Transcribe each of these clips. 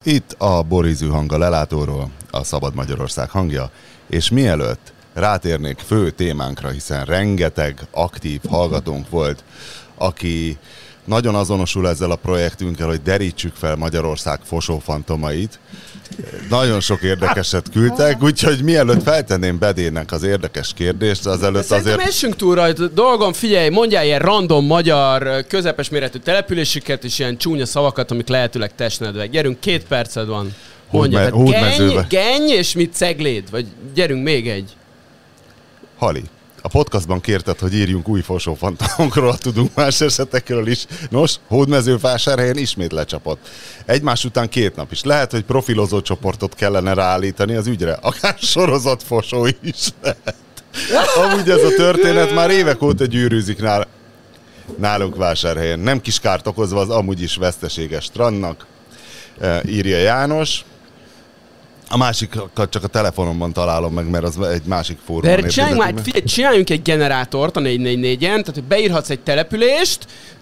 Itt a Borízű hang a lelátóról, a Szabad Magyarország hangja, és mielőtt rátérnék fő témánkra, hiszen rengeteg aktív hallgatónk volt, aki nagyon azonosul ezzel a projektünkkel, hogy derítsük fel Magyarország fosófantomait. Nagyon sok érdekeset küldtek, úgyhogy mielőtt feltenném Bedének az érdekes kérdést, azelőtt szerintem essünk túl rajta. Dolgom, figyelj, mondjál ilyen random magyar, közepes méretű településeket, és ilyen csúnya szavakat, amik lehetőleg testnedvek. Gyerünk, 2 perced van. Mondja, genny, és mit Cegléd? Vagy gyerünk még egy. Hali. A podcastban kérted, hogy írjunk új fosófantomokról, tudunk más esetekről is. Nos, Hódmezővásárhelyen ismét lecsapott. Egymás után 2 nap is. Lehet, hogy profilozó csoportot kellene ráállítani az ügyre. Akár sorozatfosó is lehet. Amúgy ez a történet már évek óta gyűrűzik nálunk Vásárhelyen. Nem kis kárt okozva az amúgy is veszteséges strandnak, írja János. A másikat csak a telefonomban találom meg, mert az egy másik fórumon. De csináljunk egy generátort a 444-en, tehát hogy beírhatsz egy települést,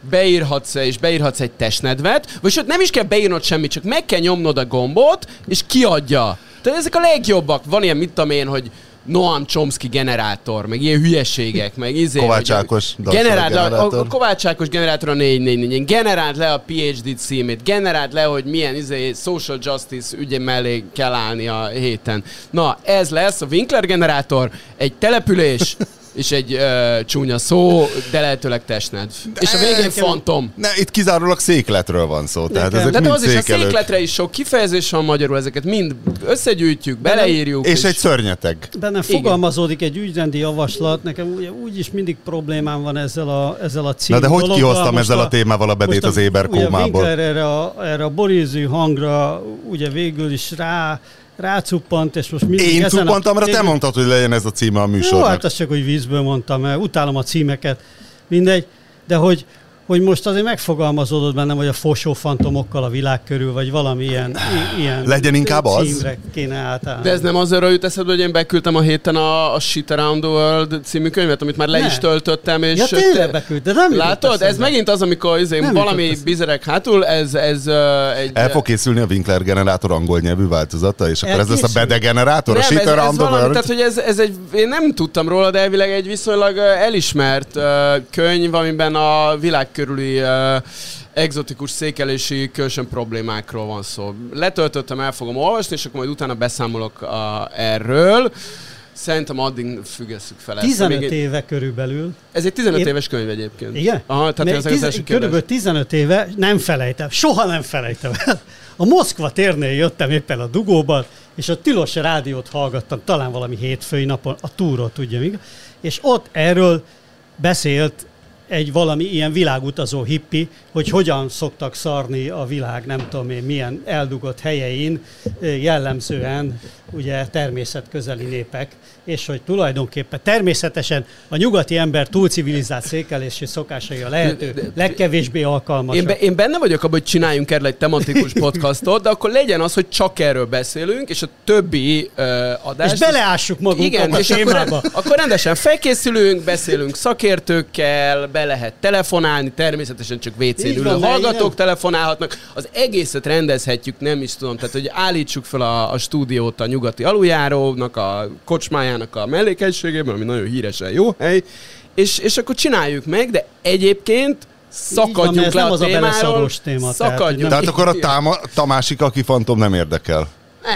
beírhatsz egy testnedvet, vagy sőt nem is kell beírnod semmit, csak meg kell nyomnod a gombot, és kiadja. Tehát ezek a legjobbak. Van ilyen, mit tudom én, hogy Noam Chomsky generátor, meg ilyen hülyeségek, meg Kovács Ákos generátor. A Kovács Ákos generátor a 444-en. Generáld le a PhD címét, generáld le, hogy milyen social justice ügye mellé kell állni a héten. Na, ez lesz a Winkler generátor, egy település, és egy csúnya szó, de lehetőleg testnedv. És a végén fantom. Itt kizárólag székletről van szó. Tehát ezek de mind az székelők. Is a székletre is sok kifejezés van magyarul, ezeket mind összegyűjtjük, beleírjuk. És egy szörnyeteg. Benne fogalmazódik egy ügyrendi javaslat. Nekem úgyis mindig problémám van ezzel a cím. Na de hogy kihoztam ezzel a témával a Bedét az éberkómából? Erre a borízű hangra ugye végül is rácuppant, és most mindig én cuppantam, te mondtad, hogy legyen ez a címe a műsornak. Jó, hát azt csak, hogy vízből mondtam, mert utálom a címeket, mindegy, de hogy most azért megfogalmazódott bennem, hogy a fosófantomokkal a világ körül, vagy valami ilyen legyen inkább az. Kéne átállni. De ez nem azért jut eszedbe, hogy én beküldtem a héten a Shit Around the World című könyvet, amit már le is töltöttem, és... Ja, tényleg beküldte, de nem látod? Ez megint az, amikor valami bizerek hátul, ez egy... El fog készülni a Winkler generátor angol nyelvű változata, és akkor ez lesz a Bede generátor, a Shit Around the World. Tehát, hogy ez egy... Én nem tudtam róla, de elvileg egy viszonylag elismert könyv, amiben a világ körüli egzotikus székelési kölcsön problémákról van szó. Letöltöttem, el fogom olvasni, és akkor majd utána beszámolok erről. Szerintem addig függesszük fel ezt. 15 éve körülbelül. Ez egy 15 éves könyv egyébként. Igen? Aha, tehát körülbelül 15 éve, nem felejtem, soha nem felejtem. A Moszkva térnél jöttem éppen a dugóban, és a tilos rádiót hallgattam, talán valami hétfői napon, a túról, tudja még, és ott erről beszélt egy valami ilyen világutazó hippi, hogy hogyan szoktak szarni a világ, nem tudom én milyen eldugott helyein, jellemzően ugye természetközeli népek, és hogy tulajdonképpen természetesen a nyugati ember túlcivilizált székelési szokásai a lehető legkevésbé alkalmasak. Én benne vagyok abban, hogy csináljunk erről egy tematikus podcastot, de akkor legyen az, hogy csak erről beszélünk, és a többi adást... És beleássuk magunkat a témába. Akkor rendesen felkészülünk, beszélünk szakértőkkel, be lehet telefonálni, természetesen csak WC-n ülő hallgatók telefonálhatnak. Az egészet rendezhetjük, nem is tudom, tehát hogy állítsuk fel a stúdiót a nyugati aluljárónak, a kocsmájának a mellékegységében, ami nagyon híresen jó hely, és akkor csináljuk meg, de egyébként szakadjunk le a témáról. Tehát akkor a Tamásik, aki fantom, nem érdekel.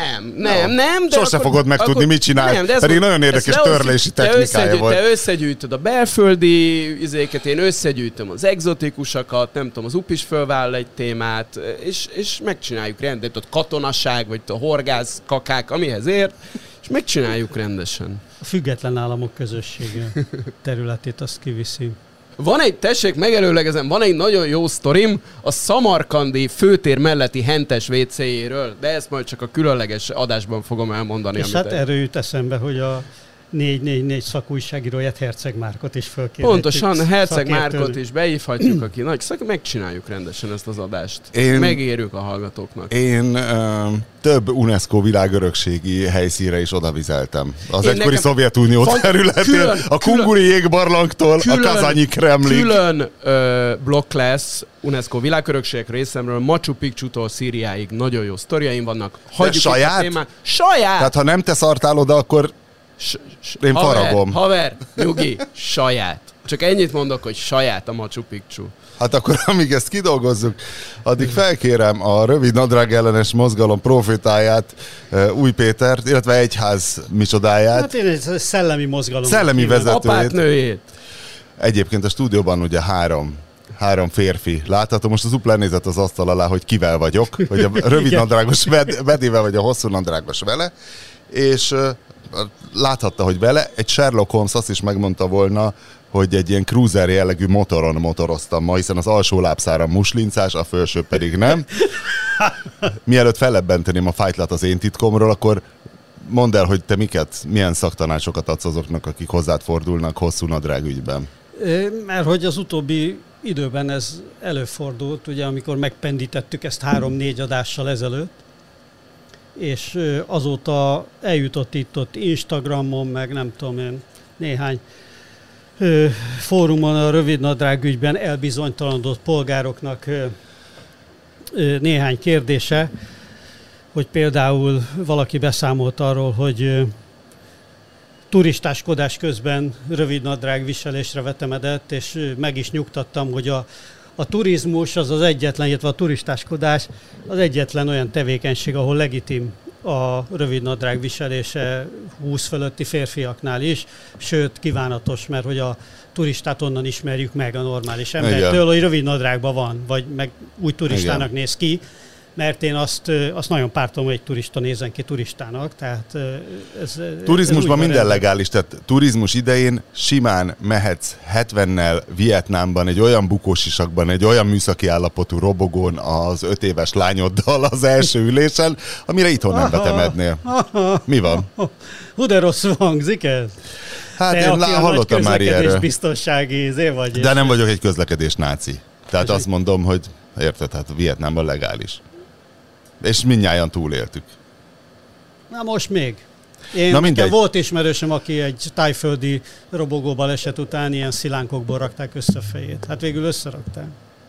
Nem. De sose fogod megtudni, mit csinál. Pedig nagyon érdekes törlési technikája volt. Te összegyűjtöd a belföldi izéket, én összegyűjtöm az egzotikusakat, nem tudom, az UP is fölvállal egy témát, és megcsináljuk rendet, ott katonaság, vagy a horgász kakák, amihez ért, és megcsináljuk rendesen. A független államok közössége területét azt kiviszi. Van egy nagyon jó sztorim a szamarkandi főtér melletti hentes WC-jéről, de ezt majd csak a különleges adásban fogom elmondani. És hát erről jut eszembe, hogy 444 szakújságíróját, Herceg Márkot is fölkérhetjük. Pontosan, Herceg Márkot is beívhatjuk, aki nagy megcsináljuk rendesen ezt az adást. Megérjük a hallgatóknak. Én több UNESCO világörökségi helyszínre is odavizeltem. Az egykori Szovjetunió területén, a Kunguri jégbarlangtól a Kazanyi Kremlig. Külön blokk lesz UNESCO világörökség részemről, Machu Picchu-tól Szíriáig nagyon jó sztoriaim vannak. Hagyjuk saját? Saját! Tehát ha nem te szartál oda, akkor én faragom. Haver, nyugi, saját. Csak ennyit mondok, hogy saját a Machu Picchu. Hát akkor, amíg ezt kidolgozzuk, addig felkérem a rövid nadrág ellenes mozgalom profétáját, Új Pétert, illetve egyház micsodáját. Hát én egy szellemi mozgalom. Szellemi vezetőjét. Apátnőjét. Egyébként a stúdióban ugye három férfi látható. Most az Upla nézett az asztal alá, hogy kivel vagyok, hogy a rövid nadrágos Bedével, vagy a hosszú nadrágos vele, és láthatta, hogy vele egy Sherlock Holmes azt is megmondta volna, hogy egy ilyen cruiser jellegű motoron motoroztam ma, hiszen az alsó lábszáram muslincás, a felső pedig nem. Mielőtt fellebbenteném a fájtlat az én titkomról, akkor mondd el, hogy te milyen szaktanácsokat adsz azoknak, akik hozzád fordulnak hosszú nadrág ügyben. Mert hogy az utóbbi időben ez előfordult, ugye amikor megpendítettük ezt 3-4 adással ezelőtt, és azóta eljutott itt Instagramon, meg nem tudom én, néhány fórumon a rövidnadrág ügyben elbizonytalanodott polgároknak néhány kérdése, hogy például valaki beszámolt arról, hogy turistáskodás közben rövidnadrág viselésre vetemedett, és meg is nyugtattam, hogy a turizmus az egyetlen, illetve a turistáskodás az egyetlen olyan tevékenység, ahol legitim a rövidnadrág viselése 20 fölötti férfiaknál is, sőt kívánatos, mert hogy a turistát onnan ismerjük meg a normális embertől, hogy rövidnadrágban van, vagy meg úgy turistának néz ki, mert én azt nagyon pártolom, hogy egy turista nézzen ki turistának, tehát turizmusban minden legális, tehát turizmus idején simán mehetsz 70-nel Vietnámban, egy olyan bukósisakban, egy olyan műszaki állapotú robogón az 5 éves lányoddal az első ülésen, amire itthon nem vetemednél. Mi van? Hú, de rossz hangzik ez? Hát én hallottam már ilyenről. Biztonsági vagy. De nem vagyok egy közlekedés náci. Tehát azt mondom, hogy érted, hát Vietnámban legális. És mindnyájan túléltük. Na most még. Nekem volt ismerősöm, aki egy tájföldi robogóbaleset után ilyen szilánkokból rakták össze a fejét. Hát végül összerakták.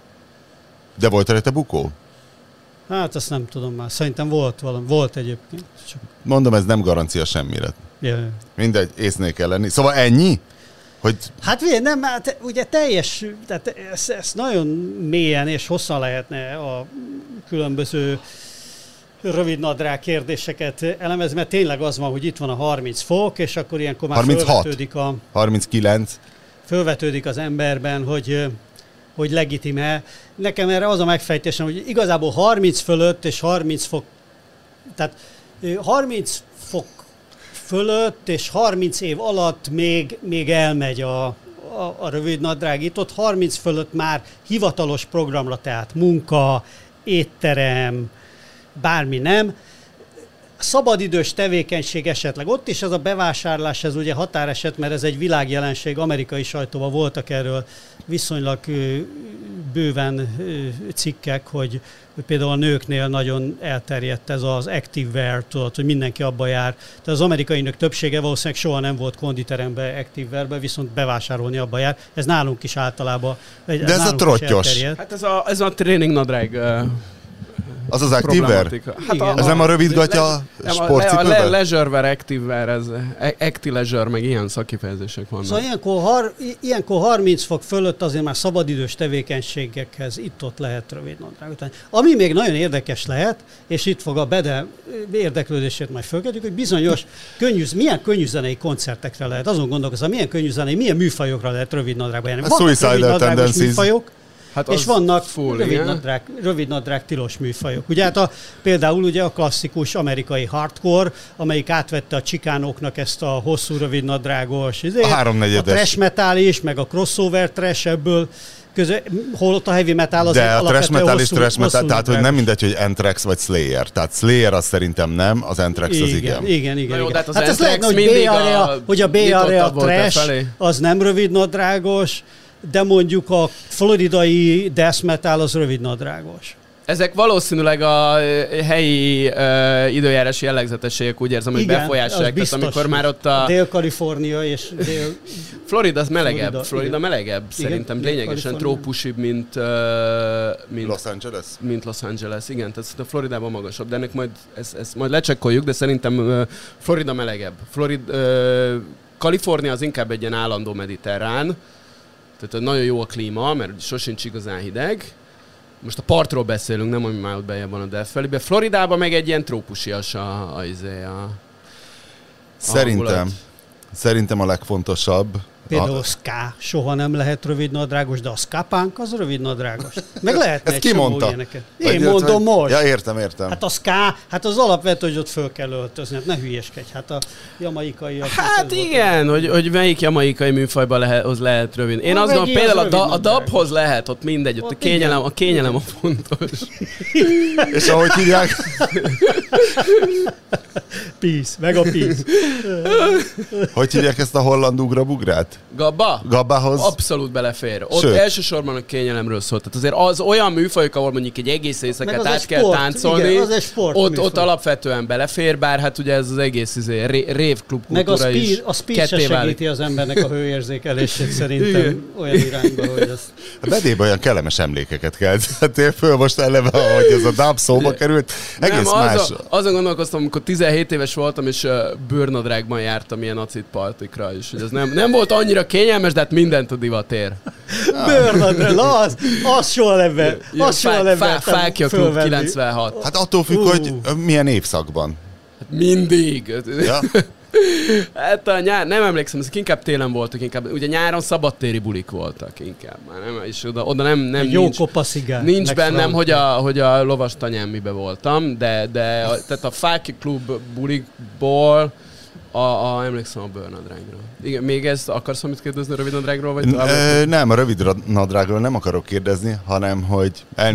De volt rajta bukó? Hát azt nem tudom már. Szerintem volt egyébként. Csak... Mondom, ez nem garancia semmire. Yeah. Mindegy, észnél kell lenni. Szóval ennyi? Hogy... Hát nem, hát ugye teljes, tehát ezt nagyon mélyen és hosszan lehetne a különböző rövidnadrág kérdéseket elemezni, mert tényleg az van, hogy itt van a 30 fok, és akkor ilyenkor már 39. Fölvetődik az emberben, hogy legitime. Nekem erre az a megfejtésem, hogy igazából 30 fölött és 30 fok, tehát 30 fok fölött és 30 év alatt még elmegy a rövidnadrág. Itt ott 30 fölött már hivatalos programra, tehát munka, étterem, bármi nem. Szabadidős tevékenység esetleg. Ott is ez a bevásárlás, ez ugye határeset, mert ez egy világjelenség. Amerikai sajtóban voltak erről viszonylag bőven cikkek, hogy például a nőknél nagyon elterjedt ez az active wear, tudod, hogy mindenki abba jár. Tehát az amerikai nők többsége valószínűleg soha nem volt konditerembe, active wearbe, viszont bevásárolni abba jár. Ez nálunk is általában. De ez a trottyos. Hát ez a tréning nadrág. Az az active wear? Hát ez nem a rövidgatya sportcipőben? A leisure wear, active wear, ez active leisure, meg ilyen szakifejezések vannak. Szóval ilyenkor 30 fok fölött azért már szabadidős tevékenységekhez itt-ott lehet rövidnadrágot. Ami még nagyon érdekes lehet, és itt fog a Bede érdeklődését majd fölkedjük, hogy bizonyos milyen könnyűzenei koncertekre lehet. Azon gondolkozom, milyen műfajokra lehet rövidnadrágba járni. Vannak rövidnadrágos műfajok, hát és vannak rövidnadrág tilos műfajok. Ugye hát például ugye a klasszikus amerikai hardcore, amelyik átvette a csikánoknak ezt a hosszú rövidnadrágos, a 3/4-es. A thrash metal is, meg a crossover thrash, ebből holott a heavy metal az de a thrash metal és thrash metal, tehát nadrágos. hogy nem mindegy, hogy Anthrax vagy Slayer. Tehát Slayer az szerintem nem, az Anthrax az igen. Igen. Jó, de Hát ez lehetne, hogy a Bay Area trash az nem rövidnadrágos, de mondjuk a floridai death metal az rövidnadrágos. Ezek valószínűleg a helyi időjárási jellegzetességek, úgy érzem, hogy befolyásolják. Tehát amikor már ott a... Dél-Kalifornia és Florida az melegebb. Florida melegebb, szerintem lényegesen trópusibb, mint Los Angeles. Mint Los Angeles, igen. Tehát a Floridában magasabb, de ennek majd ezt majd lecsekkoljuk, de szerintem Florida melegebb. Kalifornia az inkább egy ilyen állandó mediterrán, tehát nagyon jó a klíma, mert sosincs igazán hideg. Most a partról beszélünk, nem ami már ott bejebb van a Death Valley-be. Floridában meg egy ilyen trópusias a Szerintem a legfontosabb. Például ska soha nem lehet rövidnadrágos, de a ska punk az rövidnadrágos. Meg lehetne egy csomó ilyeneket. Én mondom most. Ja, értem. Hát a ska, hát az alapvető, hogy ott föl kell öltözni. Hát ne hülyeskedj, hát a jamaikaiak... Hát igen, hogy melyik jamaikai műfajban lehet rövid. Én azt gondolom, például a dubhoz lehet, ott mindegy, ott a kényelem a fontos. És ahogy hívják... Peace, meg a peace. Hogy hívják ezt a holland ugrabugrát? Gabba? Gabbához? Abszolút belefér. Ott elsősorban a kényelemről szólt. Tehát azért az olyan műfajok, ahol mondjuk egy egész éjszakát át kell táncolni, igen, ott alapvetően belefér, bár hát ugye ez az egész révklub kultúra is. Meg a speed se segíti az embernek a hőérzékelését szerintem olyan irányba, hogy az... A bedébe olyan kellemes emlékeket keltettél föl most eleve, ahogy ez a dub szóba került. Egész más. Azon gondolkoztam, amikor 17 éves voltam, és bőrnadrágban jártam ilyen acid partikra is. Hogy ez nem volt annyira kényelmes, de hát mindent a divat ér. Bőrnadrág, az soha nem Fákja Klub 96. Hát attól függ, hogy milyen évszakban. Hát mindig. Ja? Hát a nyár, nem emlékszem, ezek inkább télen voltak, inkább, ugye nyáron szabadtéri bulik voltak inkább már, nem? És oda nem jó kopaszigál. Nincs bennem, hogy a lovas tanyán mibe voltam, de tehát a Fáki Klub bulikból emlékszem a bőrnadrágról. Igen, még ezt akarsz valamit kérdezni a rövidnadrágról? Vagy nem, a rövidnadrágról nem akarok kérdezni, hanem hogy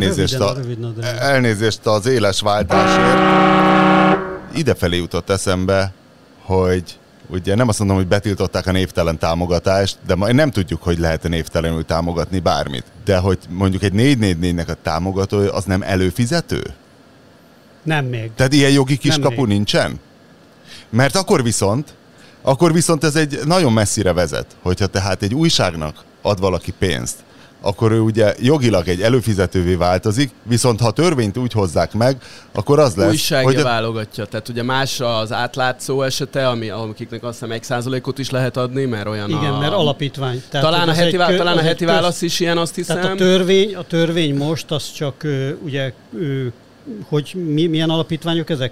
elnézést az éles váltásért. Idefelé jutott eszembe, hogy ugye nem azt mondom, hogy betiltották a névtelen támogatást, de ma nem tudjuk, hogy lehet-e névtelenül támogatni bármit. De hogy mondjuk egy 444-nek a támogatója, az nem előfizető? Nem még. Tehát ilyen jogi kiskapu nincsen? Mert akkor viszont ez egy nagyon messzire vezet, hogyha tehát egy újságnak ad valaki pénzt, akkor ő ugye jogilag egy előfizetővé változik, viszont ha a törvényt úgy hozzák meg, akkor az lesz, újságja válogatja. Tehát ugye más az átlátszó esete, akiknek azt hiszem 1%-ot is lehet adni, mert olyan igen, mert alapítvány. Tehát talán a heti válasz is ilyen, azt hiszem. Tehát a törvény most az csak ugye, hogy milyen alapítványok ezek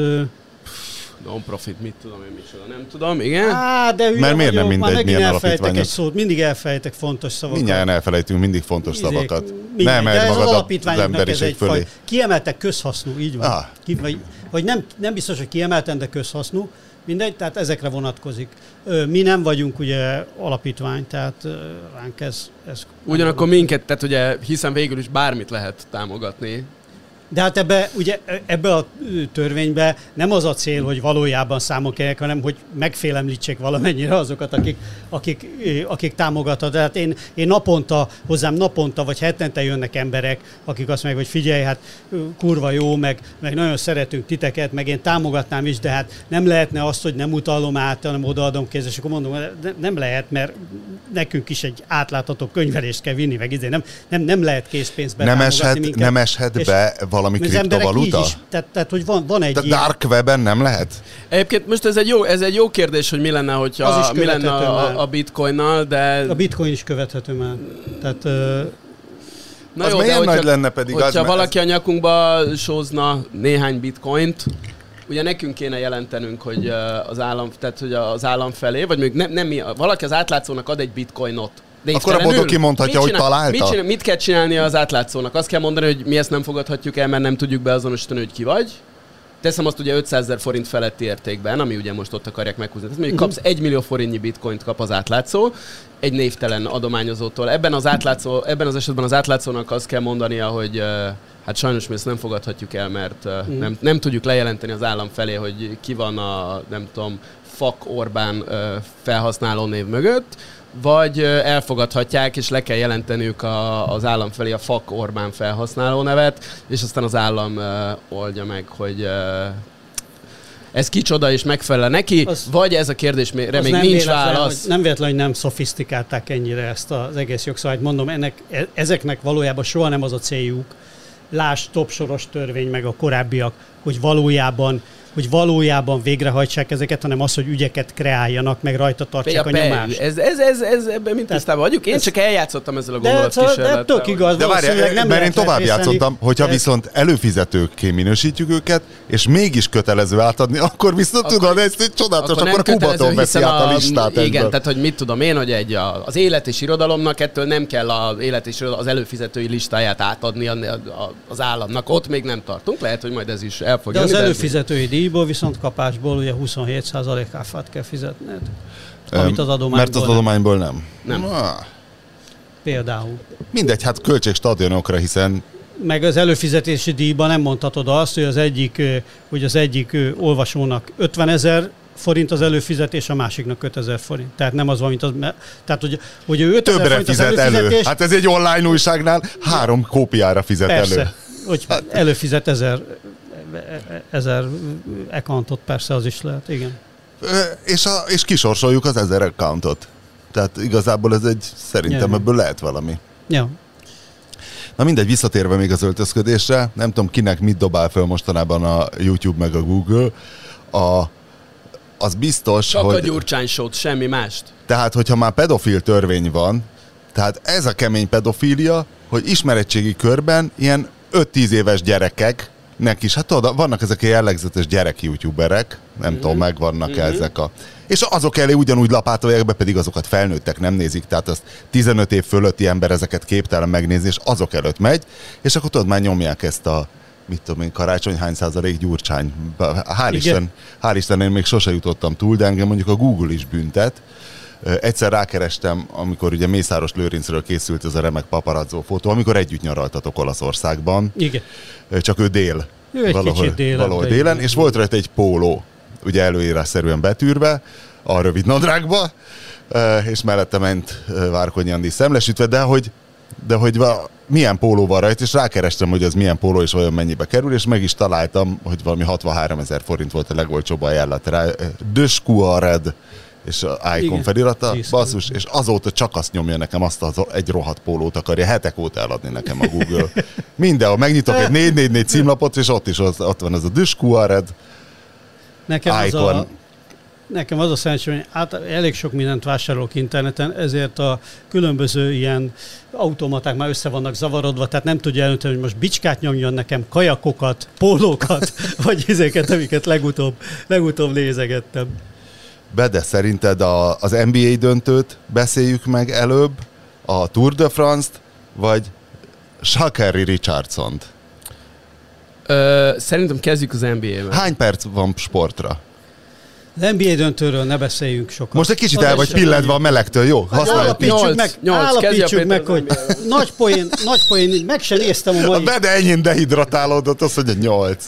non-profit, mit tudom én, micsoda, nem tudom, igen? De mert miért nem mindegy, milyen alapítványok? Egy szót, mindig elfelejtek fontos szavakat. Mindjárt elfelejtünk mindig fontos szavakat. Nem megy magad az alapítványoknak ez egyfajta. Kiemeltek közhasznú, így van. Vagy nem biztos, hogy kiemelten, de közhasznú. Mindegy, tehát ezekre vonatkozik. Mi nem vagyunk ugye alapítvány, tehát ránk ez ugyanakkor minket, tehát ugye hiszen végül is bármit lehet támogatni. De hát ebbe a törvénybe nem az a cél, hogy valójában számon keljenek, hanem hogy megfélemlítsék valamennyire azokat, akik támogatnak. Tehát én hozzám naponta vagy hetente jönnek emberek, akik azt mondják, hogy figyelj, hát kurva jó, meg nagyon szeretünk titeket, meg én támogatnám is, de hát nem lehetne azt, hogy nem utalom át, hanem odaadom kézzel, és akkor mondom, nem lehet, mert nekünk is egy átlátható könyvelést kell vinni, meg nem lehet készpénzbe támogatni minket. Nem eshet be valami kriptovaluta? Tehát, hogy van egy ilyen... Dark webben nem lehet? Egyébként most ez egy jó kérdés, hogy mi lenne, hogyha mi lenne a bitcoinnal, de... A bitcoin is követhető már. Tehát... Na az jó, milyen nagy lenne pedig az... Hogyha valaki a nyakunkba sózna néhány bitcoint, ugye nekünk kéne jelentenünk, hogy az állam felé, vagy még valaki az átlátszónak ad egy bitcoinot. Akkor a boldog kimondhatja, hogy találta? Mit kell csinálni az átlátszónak? Azt kell mondani, hogy mi ezt nem fogadhatjuk el, mert nem tudjuk beazonosítani, hogy ki vagy. teszem azt ugye 500 000 forint feletti értékben, ami ugye most ott akarják meghúzni. Tehát mondjuk kapsz 1 millió forintnyi bitcoint kap az átlátszó, egy névtelen adományozótól. Ebben az esetben az átlátszónak azt kell mondania, hogy hát sajnos mi ezt nem fogadhatjuk el, mert nem tudjuk lejelenteni az állam felé, hogy ki van a, nem tudom, Fuck Orbán felhasználó név mögött, vagy elfogadhatják, és le kell jelenteniük az állam felé a Fuck Orbán felhasználó nevet, és aztán az állam oldja meg, hogy ez kicsoda és megfelel neki, vagy ez a kérdésre még nincs válasz. Nem véletlen, hogy nem szofisztikálták ennyire ezt az egész jogszabályt. Mondom, ezeknek valójában soha nem az a céljuk, lásd Top-soros törvény, meg a korábbiak, hogy valójában végrehajtsák ezeket, hanem az, hogy ügyeket kreáljanak, meg rajta tartsák a nyomást. Ebben mind tisztában vagyunk. Én csak eljátszottam ezzel a gondolatkísérlettel. De tök igaz. De várjál, mert én tovább játszottam, hogyha viszont előfizetőkké minősítjük őket, és mégis kötelező átadni, akkor viszont tudod, ez csodálatos, akkor Kubaton veszi át a listát. Igen, tehát hogy mit tudom én, hogy az élet és irodalomnak ettől nem kell az élet és az előfizetői listáját átadni az államnak. Ott még nem tartunk, lehet, hogy majd ez is el fog jönni. De az előfizetői díjból viszont kapásból ugye 27% áfát kell fizetned, amit az adományból mert az adományból nem. Például. Mindegy, hát költség stadionokra, hiszen meg az előfizetési díjban nem mondhatod azt, hogy az egyik olvasónak 50 000 forint az előfizetés, a másiknak 5000 forint. Tehát nem az van, mint az... Tehát, hogy ő 5000 többre forint az fizet előfizetés... elő. Hát ez egy online újságnál 3 kópiára fizet persze, elő. Hogy előfizet 1000 accountot, persze az is lehet, igen. És kisorsoljuk az 1000 accountot. Tehát igazából ez szerintem ebből lehet valami. Ja. Na mindegy, visszatérve még az öltözködésre, nem tudom kinek mit dobál fel mostanában a YouTube meg a Google, az biztos, csak hogy... a Gyurcsány Show-t, semmi mást. Tehát, hogyha már pedofil törvény van, tehát ez a kemény pedofília, hogy ismeretségi körben ilyen 5-10 éves gyerekeknek is, hát tudod, vannak ezek a jellegzetes gyerek youtuberek, nem tudom, megvannak ezek a... És azok elé ugyanúgy lapátolják be, pedig azokat felnőttek nem nézik, tehát azt 15 év fölötti ember ezeket képtelen megnézni, és azok előtt megy, és akkor tudod, már nyomják ezt a mit tudom én, Karácsony hány százalék Gyurcsány. Hál' Isten, én még sose jutottam túl, de engem mondjuk a Google is büntet. Egyszer rákerestem, amikor ugye Mészáros Lőrincről készült ez a remek paparazzó fotó, amikor együtt nyaraltatok Olaszországban. Igen. Csak ő dél. Ő egy kicsit valahol délen, és volt rajta egy póló, ugye előírásszerűen betűrve, a rövid nadrágba, és mellette ment Várkonyi Andi szemlesítve, de hogy milyen póló van rajta, és rákerestem, hogy az milyen póló és vajon mennyibe kerül, és meg is találtam, hogy valami 63 000 forint volt a legolcsóbb ajánlat rá. Red és Icon felirata, basszus, és azóta csak azt nyomja nekem, azt az egy rohadt pólót akarja, hetek óta eladni nekem a Google. Mindenhol megnyitok egy 444 címlapot, és ott van ez a Red Icon. Nekem az a szerencsém, hogy elég sok mindent vásárolok interneten, ezért a különböző ilyen automaták már össze vannak zavarodva, tehát nem tudja eldönteni, hogy most bicskát nyomjon nekem, kajakokat, pólókat, vagy ezeket, amiket legutóbb nézegettem. De szerinted az NBA döntőt beszéljük meg előbb, a Tour de France-t, vagy Sha'Carri Richardsont? Szerintem kezdjük az NBA-vel. Hány perc van sportra? Az NBA döntőről ne beszéljünk sokat. Most egy kicsit el vagy pilledve a melegtől, jó? Állapítsuk meg, hogy nagy poén, meg sem néztem a mai... De ennyien dehidratálódott, az, hogy egy 8.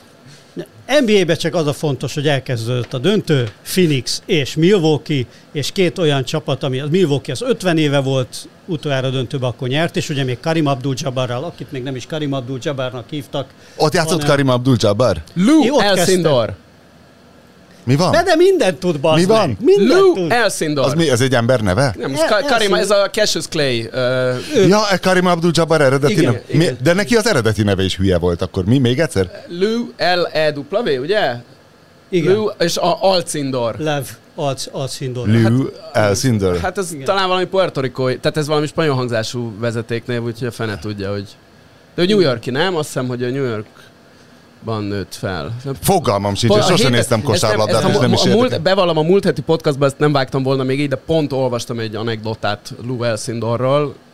NBA-be csak az a fontos, hogy elkezdődött a döntő, Phoenix és Milwaukee, és két olyan csapat, ami a Milwaukee az 50 éve volt utoljára döntőbe, akkor nyert, és ugye még Karim Abdul-Jabbarral, akit még nem is Karim Abdul-Jabbarnak hívtak. Ott játszott Karim Abdul-Jabbar? Lou Alcindor. Mi van? De mindent tud, bazd. Mi van? Lou Alcindor. Az mi? Ez egy ember neve? Nem, Karim, ez a Cassius Clay. Ja, Karim Abdul-Jabbar eredeti neve. De neki az eredeti neve is hülye volt akkor. Mi? Még egyszer? Lou L-E-W, ugye? Igen. Lou és Alcindor. Lev Alcindor. Lou Alcindor. Hát ez talán valami puertoricói, tehát ez valami spanyol hangzású vezetéknév, úgyhogy a fene tudja, hogy... De ő New York-i, nem? Azt hiszem, hogy a New Yorkban nőtt fel. Fogalmam sincs, és sosem néztem kosárlabdát, és nem is érdekel. Bevallom, a múlt heti podcastban ezt nem vágtam volna még így, de pont olvastam egy anekdotát Lou Alcindorról,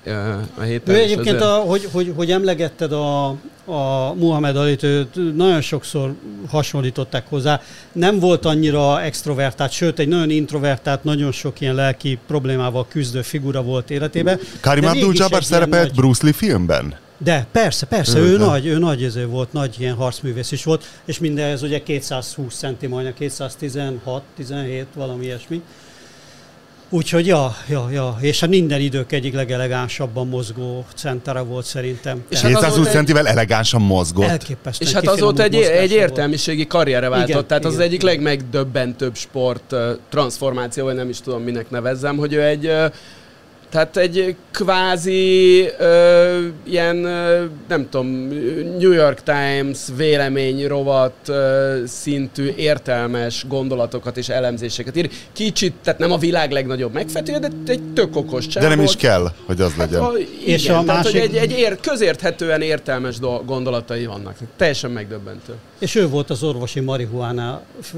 a héten. Ő egyébként, hogy emlegetted a Muhammad Alit, őt nagyon sokszor hasonlították hozzá. Nem volt annyira extrovertált, sőt egy nagyon introvertált, nagyon sok ilyen lelki problémával küzdő figura volt életében. Karim Abdul-Jabbar szerepelt nagy... Bruce Lee filmben? De persze, ő nagy ező volt, nagy ilyen harcművész is volt, és mindenhez ugye 220 centi, majdnem 216-17, valami ilyesmi. Úgyhogy ja, és hát minden idők egyik legelegánsabban mozgó centere volt szerintem. És 220 centivel elegánsan mozgott. Elképesztően. És hát azóta egy értelmiségi karrierre váltott, igen, tehát az egyik legmegdöbbentőbb sport transformáció, vagy nem is tudom minek nevezzem, hogy ő tehát egy kvázi ilyen, nem tudom, New York Times véleményrovat szintű értelmes gondolatokat és elemzéseket ír. Kicsit, tehát nem a világ legnagyobb megfetője, de egy tök okos csávó. De nem is kell, hogy az legyen. Hát, és a másik... Tehát, hogy egy közérthetően értelmes gondolatai vannak. Teljesen megdöbbentő. És ő volt az orvosi marihuána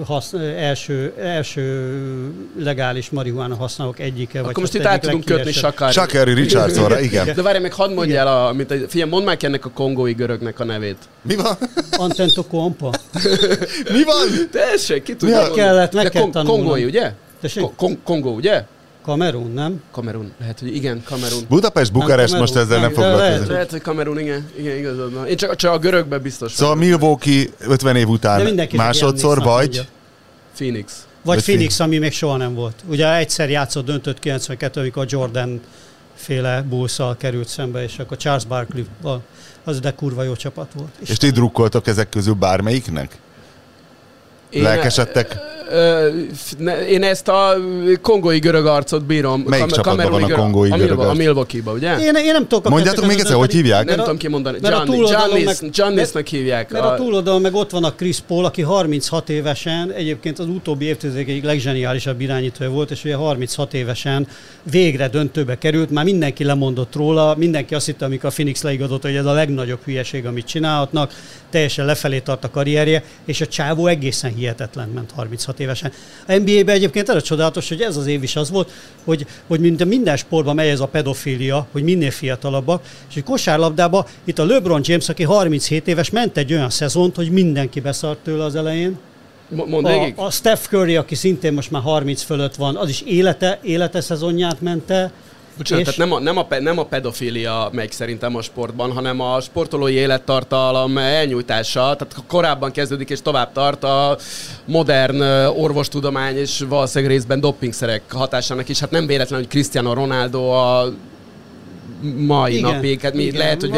első legális marihuána használók egyike. Akkor most itt át tudunk kötni Sha'Carri Richardsonra, igen. De várj meg, hadd mondj el, figyelj, mondd már ki ennek a kongói görögnek a nevét. Mi van? Antetokounmpo. Mi van? Tessék, ki tudja. Meg kellett tanulnom. Kongói, ugye? Kongó, ugye? Kamerun, nem? Kamerun, lehet, hogy igen, Kamerun. Budapest, Bukarest, most ezzel nem foglalkozunk. Lehet, hogy Kamerun, igen, igazad van. Én csak a görögben biztos. Szóval Milwaukee 50 év után másodszor, vagy? Phoenix. Vagy Phoenix, ami még soha nem volt. Ugye egyszer játszott, döntött 92, amikor Jordan féle Bulls-szal került szembe, és akkor Charles Barkley, az de kurva jó csapat volt. És ti drukkoltok ezek közül bármelyiknek? Lelkesedtek? Én ezt a kongói görög arcot bírom. Melyik csapatban van a kongói görög arc? A Milwaukee-ba, ugye? Én nem tudok. Mondjátok még egyszer, hogy hívják? Nem tudom kimondani. Giannisnak hívják. Mert a túloldalon meg ott van a Chris Paul, aki 36 évesen, egyébként az utóbbi évtizedek egyik leggeniálisabb irányítója volt, és ugye 36 évesen végre döntőbe került, már mindenki lemondott róla, mindenki azt hitte, amikor a Phoenix leigazott, hogy ez a legnagyobb hülyeség, amit csinálhatnak, teljesen lefelé tart a karrierje, és a csávó egészen hihetetlen ment 36 évesen. A NBA-ben egyébként ez a csodálatos, hogy ez az év is az volt, hogy minden sportban megy ez a pedofília, hogy minél fiatalabbak, és hogy kosárlabdában itt a LeBron James, aki 37 éves, ment egy olyan szezont, hogy mindenki beszart tőle az elején. A Steph Curry, aki szintén most már 30 fölött van, az is élete szezonját mente. Bocsánat, tehát nem a pedofília megy szerintem a sportban, hanem a sportolói élettartalom elnyújtása, tehát korábban kezdődik és tovább tart a modern orvostudomány és valószínűleg részben dopingszerek hatásának is. Hát nem véletlen, hogy Cristiano Ronaldo a mai napig, hát lehet, hogy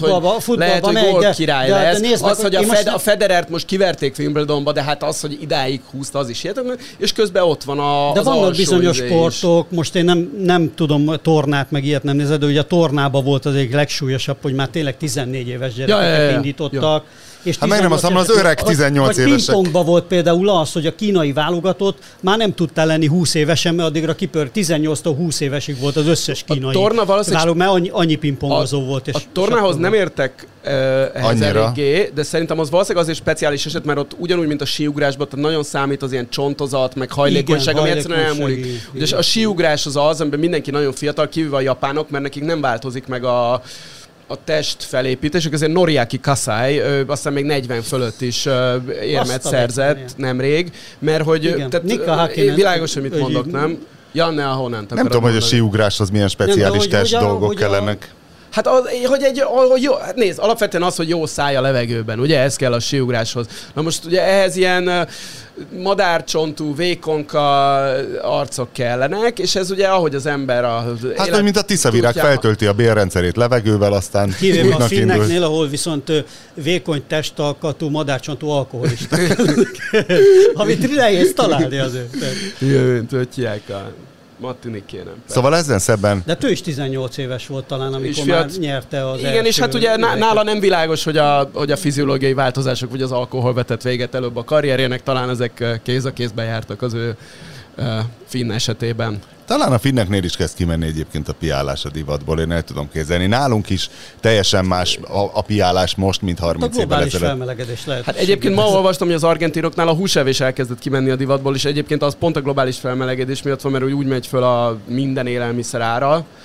gól király lesz. Az, hogy a Federert most kiverték Wimbledonba, de hát az, hogy idáig húzta, az is hihetetlen, és közben ott van az de vannak bizonyos sportok, most én nem tudom tornát meg ilyet nem nézed, de ugye a tornában volt az egyik legsúlyosabb, hogy már tényleg 14 éves gyerekeket indítottak. És hát meg nem azt mondom, az öreg 18 évesek. Pingpongban volt például az, hogy a kínai válogatott már nem tudtál lenni 20 évesen, mert addigra 18-tól 20 évesig volt az összes kínai válogatott, mert annyi pingpongozó volt. És a tornához nem értek ehhez eléggé, de szerintem az valószínűleg azért speciális eset, mert ott ugyanúgy, mint a síugrásban, nagyon számít az ilyen csontozat, meg hajlékonyság, ami egyszerűen elmúlik. És a síugrás az, amiben mindenki nagyon fiatal, kivéve a japánok, mert nekik nem változik meg a test felépítésük, azért Noriaki Kasai, aztán még 40 fölött is érmet szerzett nemrég, mert hogy világos, hogy mit mondok, nem? Janne, ahonnan nem tudom, hogy a síugráshoz milyen speciális test dolgok kellenek. Hát, nézd, alapvetően az, hogy jó száj a levegőben, ugye ez kell a síugráshoz. Na most ugye ehhez ilyen madárcsontú, vékonka arcok kellenek, és ez ugye ahogy az ember hát vagy mint a tiszavirág feltölti a bélrendszerét levegővel, aztán kivéve a finneknél, ahol viszont vékony testalkatú, madárcsontú alkoholisták. Amit nehéz találni azért. Jövőn, tudják a Martiniquén. Szóval ezen szebben... De ő is 18 éves volt talán, amikor már nyerte az igen, és hát ugye nála nem világos, hogy a fiziológiai változások, vagy az alkohol vetett véget előbb a karrierjének, talán ezek kéz a kézben jártak az ő finn esetében. Talán a finneknél is kezd kimenni egyébként a piálás a divatból, én el tudom képzelni. Nálunk is teljesen más a piálás most, mint 30 évvel ezelőtt. Felmelegedés lehet. Hát egyébként ma olvastam, hogy az argentinoknál a húsevés elkezdett kimenni a divatból, és egyébként az pont a globális felmelegedés miatt van, mert úgy megy föl a minden élelmiszer ára,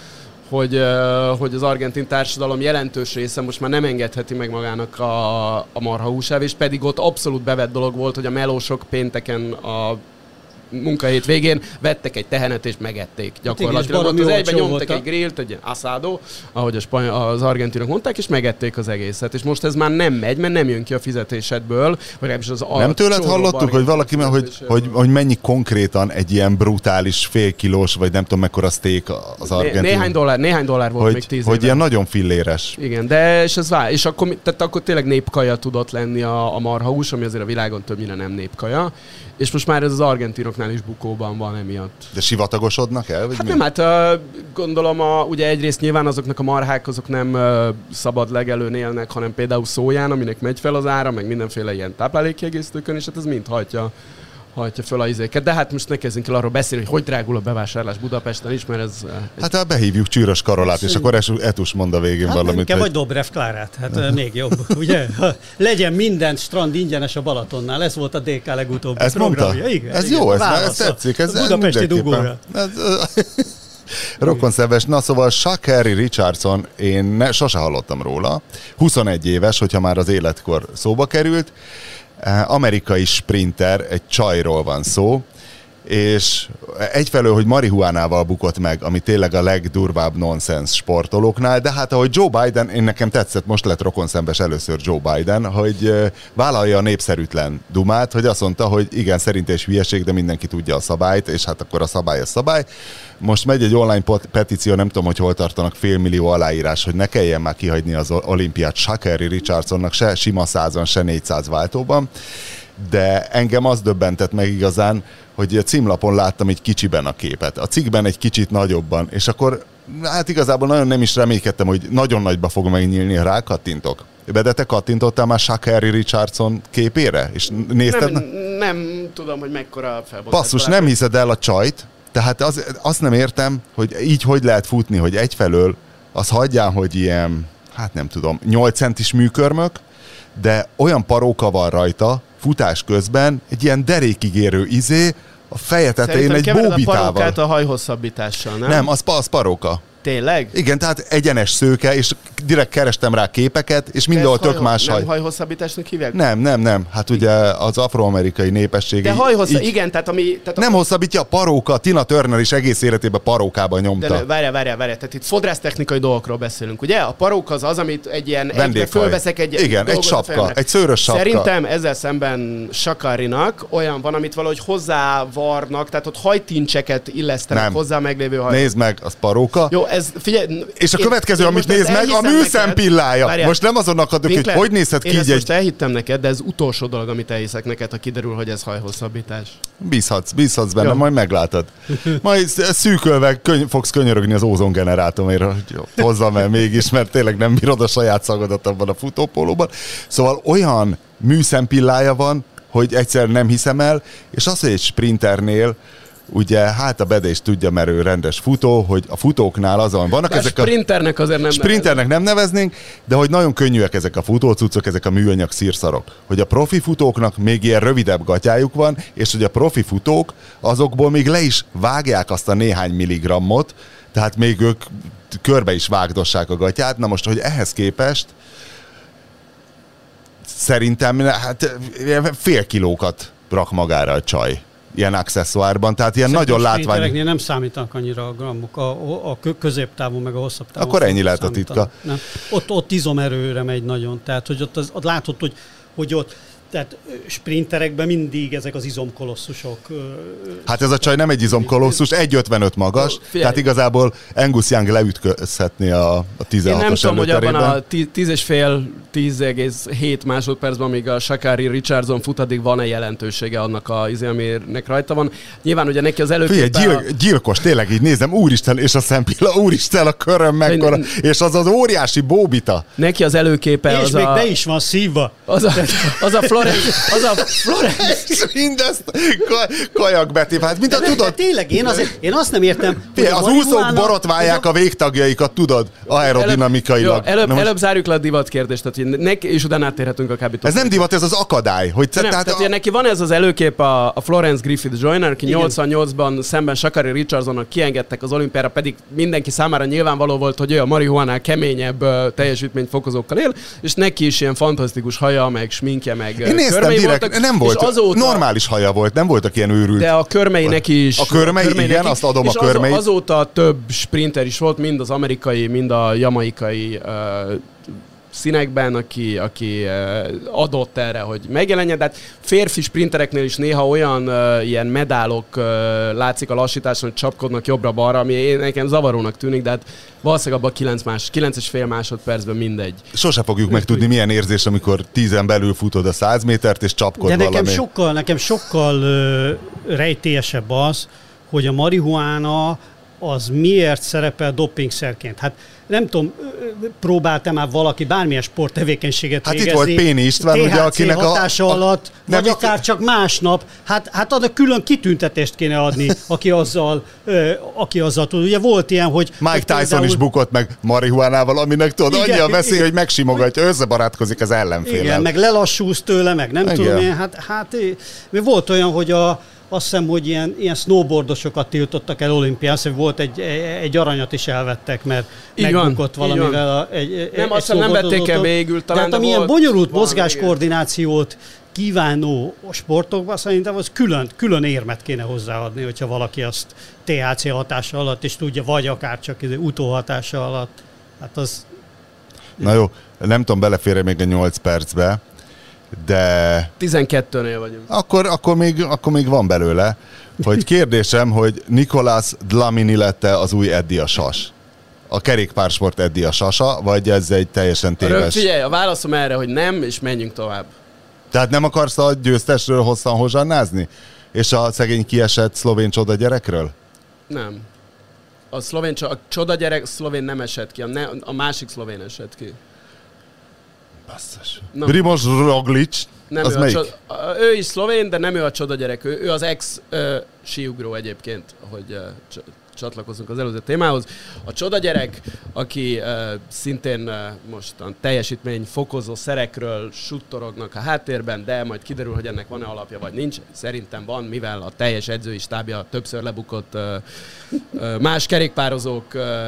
hogy az argentin társadalom jelentős része most már nem engedheti meg magának a marhahúsevést, pedig ott abszolút bevett dolog volt, hogy a melósok pénteken a munkahét végén vettek egy tehenet és megették gyakorlatilag. Ott az egyben nyomtak egy grillt, egy asado, ahogy az argentinok mondták, és megették az egészet. És most ez már nem megy, mert nem jön ki a fizetésedből. Nem tőled hallottuk, hogy valaki, hogy mennyi konkrétan egy ilyen brutális félkilós, vagy nem tudom mekkora steak az argentin? Néhány dollár volt még 10 hogy ilyen nagyon filléres. Igen, de és akkor tényleg népkaja tudott lenni a marhahús, ami azért a világon többnyire nem népkaja. És most már ez az argentinoknál is bukóban van emiatt. De sivatagosodnak el? Vagy hát nem, gondolom, ugye egyrészt nyilván azoknak a marhák, azok nem szabad legelőn élnek, hanem például szóján, aminek megy fel az ára, meg mindenféle ilyen táplálékkiegészítőkön, és hát ez mind hajtja föl a izéket. De hát most ne kezdjünk el arról beszélni, hogy drágul a bevásárlás Budapesten is, mert ez... Hát behívjuk Csűrös Karolát, és akkor Etus mond a végén valamit. Hát vagy Dobrev Klárát, hát még jobb, ugye? Legyen minden strand ingyenes a Balatonnál, ez volt a DK legutóbbi ez programja. Mondta? Igen, ez jó, ez tetszik. Ez budapesti dugóra. Rokonszenves. Na szóval Sha'Carri Richardson, én sose hallottam róla. 21 éves, hogyha már az életkor szóba került. Amerikai sprinter, egy csajról van szó, és egyfelől, hogy marihuánával bukott meg, ami tényleg a legdurvább nonsens sportolóknál, de hát ahogy Joe Biden, én nekem tetszett, most lett rokonszembes először Joe Biden, hogy vállalja a népszerűtlen dumát, hogy azt mondta, hogy igen, szerintés hülyeség, de mindenki tudja a szabályt, és hát akkor a szabály a szabály. Most megy egy online petíció, nem tudom, hogy hol tartanak 500 000 aláírás, hogy ne kelljen már kihagyni az olimpiát Sha'Carri Richardsonnak se sima 100-on, se 400 váltóban. De engem az döbbentett meg igazán, hogy a címlapon láttam egy kicsiben a képet, a cikkben egy kicsit nagyobban, és akkor hát igazából nagyon nem is reménykedtem, hogy nagyon nagyba fog megnyílni, rá kattintok. De te kattintottál már Sha'Carri Richardson képére? És nézted? Nem tudom, hogy mekkora felbontás. Basszus, nem hiszed el a csajt, tehát azt nem értem, hogy így hogy lehet futni, hogy egyfelől az hagyján, hogy ilyen, hát nem tudom, 8 centis műkörmök, de olyan paróka van rajta, futás közben, egy ilyen derékig izé, a feje tetején egy bóbitával. A parókát a hajhosszabbítással, nem? Nem, az paróka. Tényleg? Igen, tehát egyenes szőke, és direkt kerestem rá képeket, és mindenhol tök más haj. Nem hajhosszabbításnak hívják? Nem. Hát ugye az afroamerikai népesség... De igen, tehát ami... Tehát nem hosszabbítja a paróka, Tina Turner is egész életében parókában nyomta. De várjál, tehát itt fodrásztechnikai dolgokról beszélünk, ugye? A paróka az, amit egy ilyen... fölveszek egy... Igen, egy sapka, egy szőrös sapka. Szerintem ezzel szemben Sha'Carrinak olyan van, amit valahogy hozzávarnak, tehát ott hajtincseket illesztenek hozzá meglévő haj. Nézd meg, az paróka. Jó, ez, figyelj, és a következő, amit nézd meg, a műszempillája. Várjál. Most nem azon akadok, hogy nézhet ki így most elhittem neked, de ez utolsó dolog, amit elhiszek neked, ha kiderül, hogy ez hajhosszabbítás. Bízhatsz benne, majd meglátod. Majd szűkölve fogsz könyörögni az ózongenerátorért, hogy hozzam el mégis, mert tényleg nem bírod a saját szagadat abban a futópólóban. Szóval olyan műszempillája van, hogy egyszer nem hiszem el, és az, hogy egy sprinternél ugye, hát a Bede is tudja, mert ő rendes futó, hogy a futóknál azon vannak de ezek sprinternek azért nem sprinternek nem neveznénk, de hogy nagyon könnyűek ezek a futócuccok, ezek a műanyag szírszarok. Hogy a profi futóknak még ilyen rövidebb gatyájuk van, és hogy a profi futók azokból még le is vágják azt a néhány milligrammot, tehát még ők körbe is vágdossák a gatyát. Na most, hogy ehhez képest szerintem hát fél kilókat rak magára a csaj ilyen accessoárban, tehát ilyen nagyon látvány. Nem számítanak annyira a grammok, a középtávú meg a hosszabb távú. Akkor ennyi lehet a titka. Nem. Ott izomerőre megy nagyon, tehát hogy ott látod, hogy ott tehát sprinterekben mindig ezek az izomkolosszusok. Hát ez a csaj nem egy izomkolosszus, 1,55 magas, tehát igazából Angus Young leütközhetné a 16-os. Én nem tudom, hogy abban a 10,7 másodpercben, amíg a Sha'Carri Richardson fut, addig van-e jelentősége annak a aminek rajta van. Nyilván ugye neki az előképpen... Gyilkos, tényleg így nézem, úristen, és a szempilla, úristen, a köröm mekkora, és az óriási bóbita. Neki az előképe és még be is van szívva. Az a Florence. És mindezt Kajak Beti, hát mint a De tudod. tényleg, én azt nem értem, hogy Az úszók borotválják a végtagjaikat, tudod, aerodinamikailag. Előbb zárjuk le a divat kérdést, és utána áttérhetünk a kábítószer. Ez nem divat, ez az akadály. Hogy tehát neki van ez az előkép a Florence Griffith Joyner, aki 88-ban szemben Sha'Carri Richardsonnak kiengedtek az olimpiára, pedig mindenki számára nyilvánvaló volt, hogy ő a marihuánál keményebb teljesítményfokozókkal él, és neki is ilyen fantasztikus haja, meg sminkje, meg én néztem körmei direkt, voltak, nem volt, azóta, normális haja volt, nem voltak ilyen őrült. de a körmei neki is. A körmei, igen, neki, azt adom a körmeit. Azóta több sprinter is volt, mind az amerikai, mind a jamaikai színekben, aki adott erre, hogy megjelenjen. De hát férfi sprintereknél is néha olyan ilyen medálok látszik a lassításon, hogy csapkodnak jobbra-balra, ami nekem zavarónak tűnik, de hát valószínűleg abban 9,5 másodpercben mindegy. Sose fogjuk megtudni, milyen érzés, amikor 10-en belül futod a 100 métert, és csapkod de valami. nekem sokkal rejtélyesebb az, hogy a marihuána az miért szerepel dopingszerként. Hát nem tudom, próbálta már valaki bármilyen sporttevékenységet végezni. Hát itt volt Péni István, ugye, akinek hatása alatt, vagy akár csak másnap. Hát ad külön kitüntetést kéne adni, aki azzal tud. Ugye volt ilyen, hogy... Mike Tyson is bukott meg marihuánával, aminek tudod, annyi a veszély, hogy megsimogatja, összebarátkozik az ellenféllel. Igen, meg lelassulsz tőle, meg nem tudom én. Hát volt olyan, hogy azt hiszem, hogy ilyen snowboardosokat tiltottak el olimpián, szóval volt egy aranyat is elvettek, mert megbukott valamivel. Nem, azt nem vették el végül, talán. De amilyen bonyolult mozgáskoordinációt kívánó sportokban szerintem az külön érmet kéne hozzáadni, hogyha valaki azt THC hatása alatt is tudja, vagy akár csak utóhatása alatt. Hát az... Na jó, nem tudom, beleférje még a 8 percbe, de... 12-nél vagyunk. Akkor még van belőle, hogy kérdésem, hogy Nicolas Dlamini lett-e az új Eddie a Sas? A kerékpársport Eddie a Sasa, vagy ez egy teljesen téves? Figyelj, a válaszom erre, hogy nem, és menjünk tovább. Tehát nem akarsz a győztesről hosszan hozsannázni? És a szegény kiesett szlovén csoda gyerekről? Nem. A csoda gyerek szlovén nem esett ki, a másik szlovén esett ki. Basszus. Primož Roglič, nem az melyik? Ő is szlovén, de nem ő a csoda gyerek. Ő az ex-síugró egyébként, ahogy csatlakozunk az előző témához. A csoda gyerek, aki szintén most a teljesítmény fokozó szerekről suttorognak a háttérben, de majd kiderül, hogy ennek van-e alapja, vagy nincs. Szerintem van, mivel a teljes edzői stábja többször lebukott más kerékpározók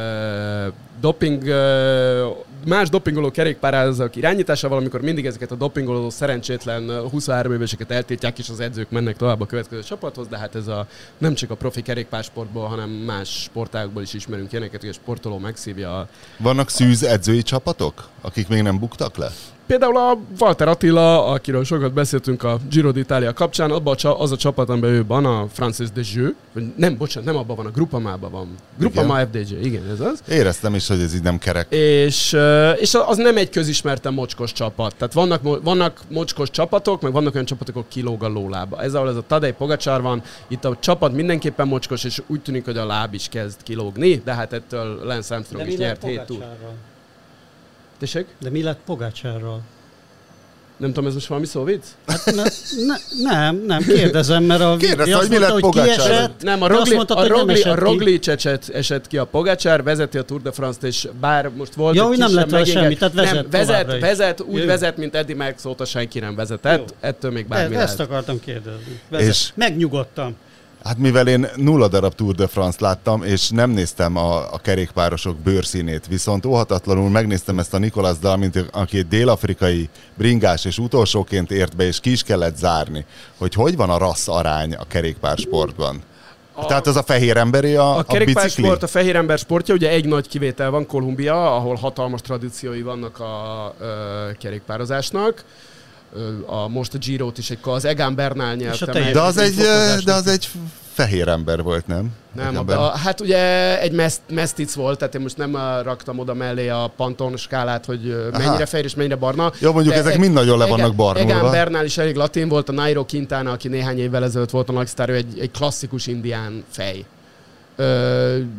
más dopingoló kerékpározók irányításával, amikor mindig ezeket a dopingoló szerencsétlen 23 éveseket eltiltják, és az edzők mennek tovább a következő csapathoz, de hát ez nem csak a profi kerékpársportból, hanem más sportágokból is ismerünk ilyeneket, hogy a sportoló megszívja. Vannak szűz edzői csapatok, akik még nem buktak le? Például a Walter Attila, akiről sokat beszéltünk a Giro d'Italia kapcsán, az a csapat, amiben ő van, a Francis de Jeux, nem abban van, a Groupamában van. Groupama FDJ, igen, ez az. Éreztem is, hogy ez így nem kerek. És az nem egy közismerten mocskos csapat. Tehát vannak mocskos csapatok, meg vannak olyan csapatok, akik kilóg a lólába. Ez a Tadej Pogačar van, itt a csapat mindenképpen mocskos, és úgy tűnik, hogy a láb is kezd kilógni, de hát ettől Lance Armstrong is nyert 7 túl. Tessék? De mi lett Pogačarral? Nem tudom, ez most valami szóvic? Hát nem, kérdezem, mert kérdezte, hogy mi lett Pogačar. Nem, a Roglič esett ki a Pogačar, vezeti a Tour de France-t, és bár most volt... Ja, hogy nem lett vele semmi, tehát vezet, mint Eddie Merckx óta senki nem vezetett, ettől még bármi lehet. Ezt akartam kérdezni. És megnyugodtam. Hát mivel én 0 darab Tour de France láttam, és nem néztem a kerékpárosok bőrszínét, viszont óhatatlanul megnéztem ezt a Nicolas Dlamint, aki egy dél-afrikai bringás, és utolsóként ért be, és ki is kellett zárni, hogy van a rassz arány a kerékpársportban. Tehát az a fehér emberi a kerékpársport, a fehér ember sportja, ugye egy nagy kivétel van, Kolumbia, ahol hatalmas tradíciói vannak a kerékpározásnak. Most a Girót is az Egan Bernal nyerte meg. De az egy fehér ember volt, nem? Nem, hát ugye egy mesztic volt, tehát én most nem raktam oda mellé a Pantone skálát, hogy mennyire fehér és mennyire barna. Jó, mondjuk ezek mind nagyon le vannak barnulva. Egan Bernal is elég latin volt, a Nairo Quintana, aki néhány évvel ezelőtt volt a nagysztár, ő egy klasszikus indián fej.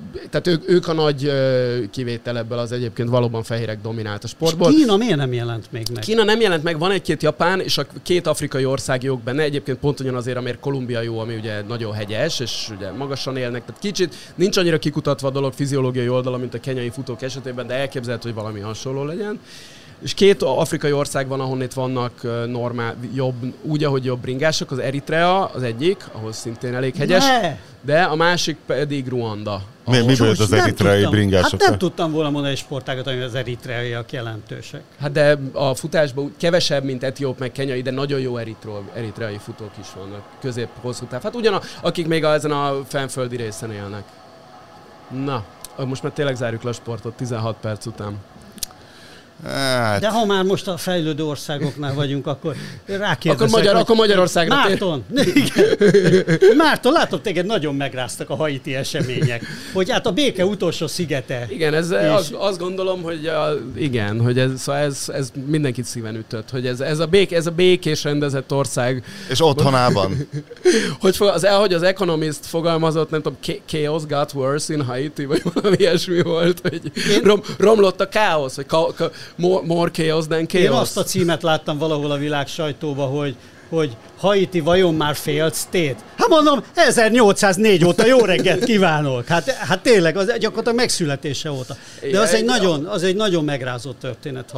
tehát ők a nagy kivétel ebből az egyébként valóban fehérek dominált a sportból. És Kína miért nem jelent még meg? Kína nem jelent meg, van egy-két japán, és a 2 afrikai ország jók benne, egyébként pont ugyanazért, amért Kolumbia jó, ami ugye nagyon hegyes, és ugye magasan élnek, tehát kicsit nincs annyira kikutatva a dolog fiziológiai oldala, mint a kenyai futók esetében, de elképzelhető, hogy valami hasonló legyen. És 2 afrikai ország van, ahonnét vannak normál, jobb, úgy, ahogy jobb bringások. Az Eritrea az egyik, ahol szintén elég hegyes, de a másik pedig Ruanda. Mi volt az eritreai bringások? Hát nem tudtam volna mondani egy sportágat, ami az eritreaiak jelentősek. Hát de a futásban kevesebb, mint etióp meg kenyai, de nagyon jó eritreai futók is vannak, közép-hosszú táv. Hát akik még ezen a fennföldi részen élnek. Na, most már tényleg zárjuk le a sportot 16 perc után. Hát. De ha már most a fejlődő országoknál vagyunk, akkor rákérdezek. Akkor Magyarországra. Márton, Márton, látom, téged nagyon megráztak a haiti események. Hogy hát a béke utolsó szigete. Igen, azt gondolom, hogy igen, hogy ez mindenkit szíven ütött, hogy ez a békés rendezett ország. És otthonában. Hogy az Economist fogalmazott, nem tudom, chaos got worse in Haiti, vagy valami ilyesmi volt, hogy romlott a káosz, vagy more chaos than chaos. Én azt a címet láttam valahol a világ sajtóban, hogy Haiti vajon már failed state? Hát mondom, 1804 óta jó reggelt kívánok. Hát tényleg, az gyakorlatilag megszületése óta. De az egy nagyon megrázó történet.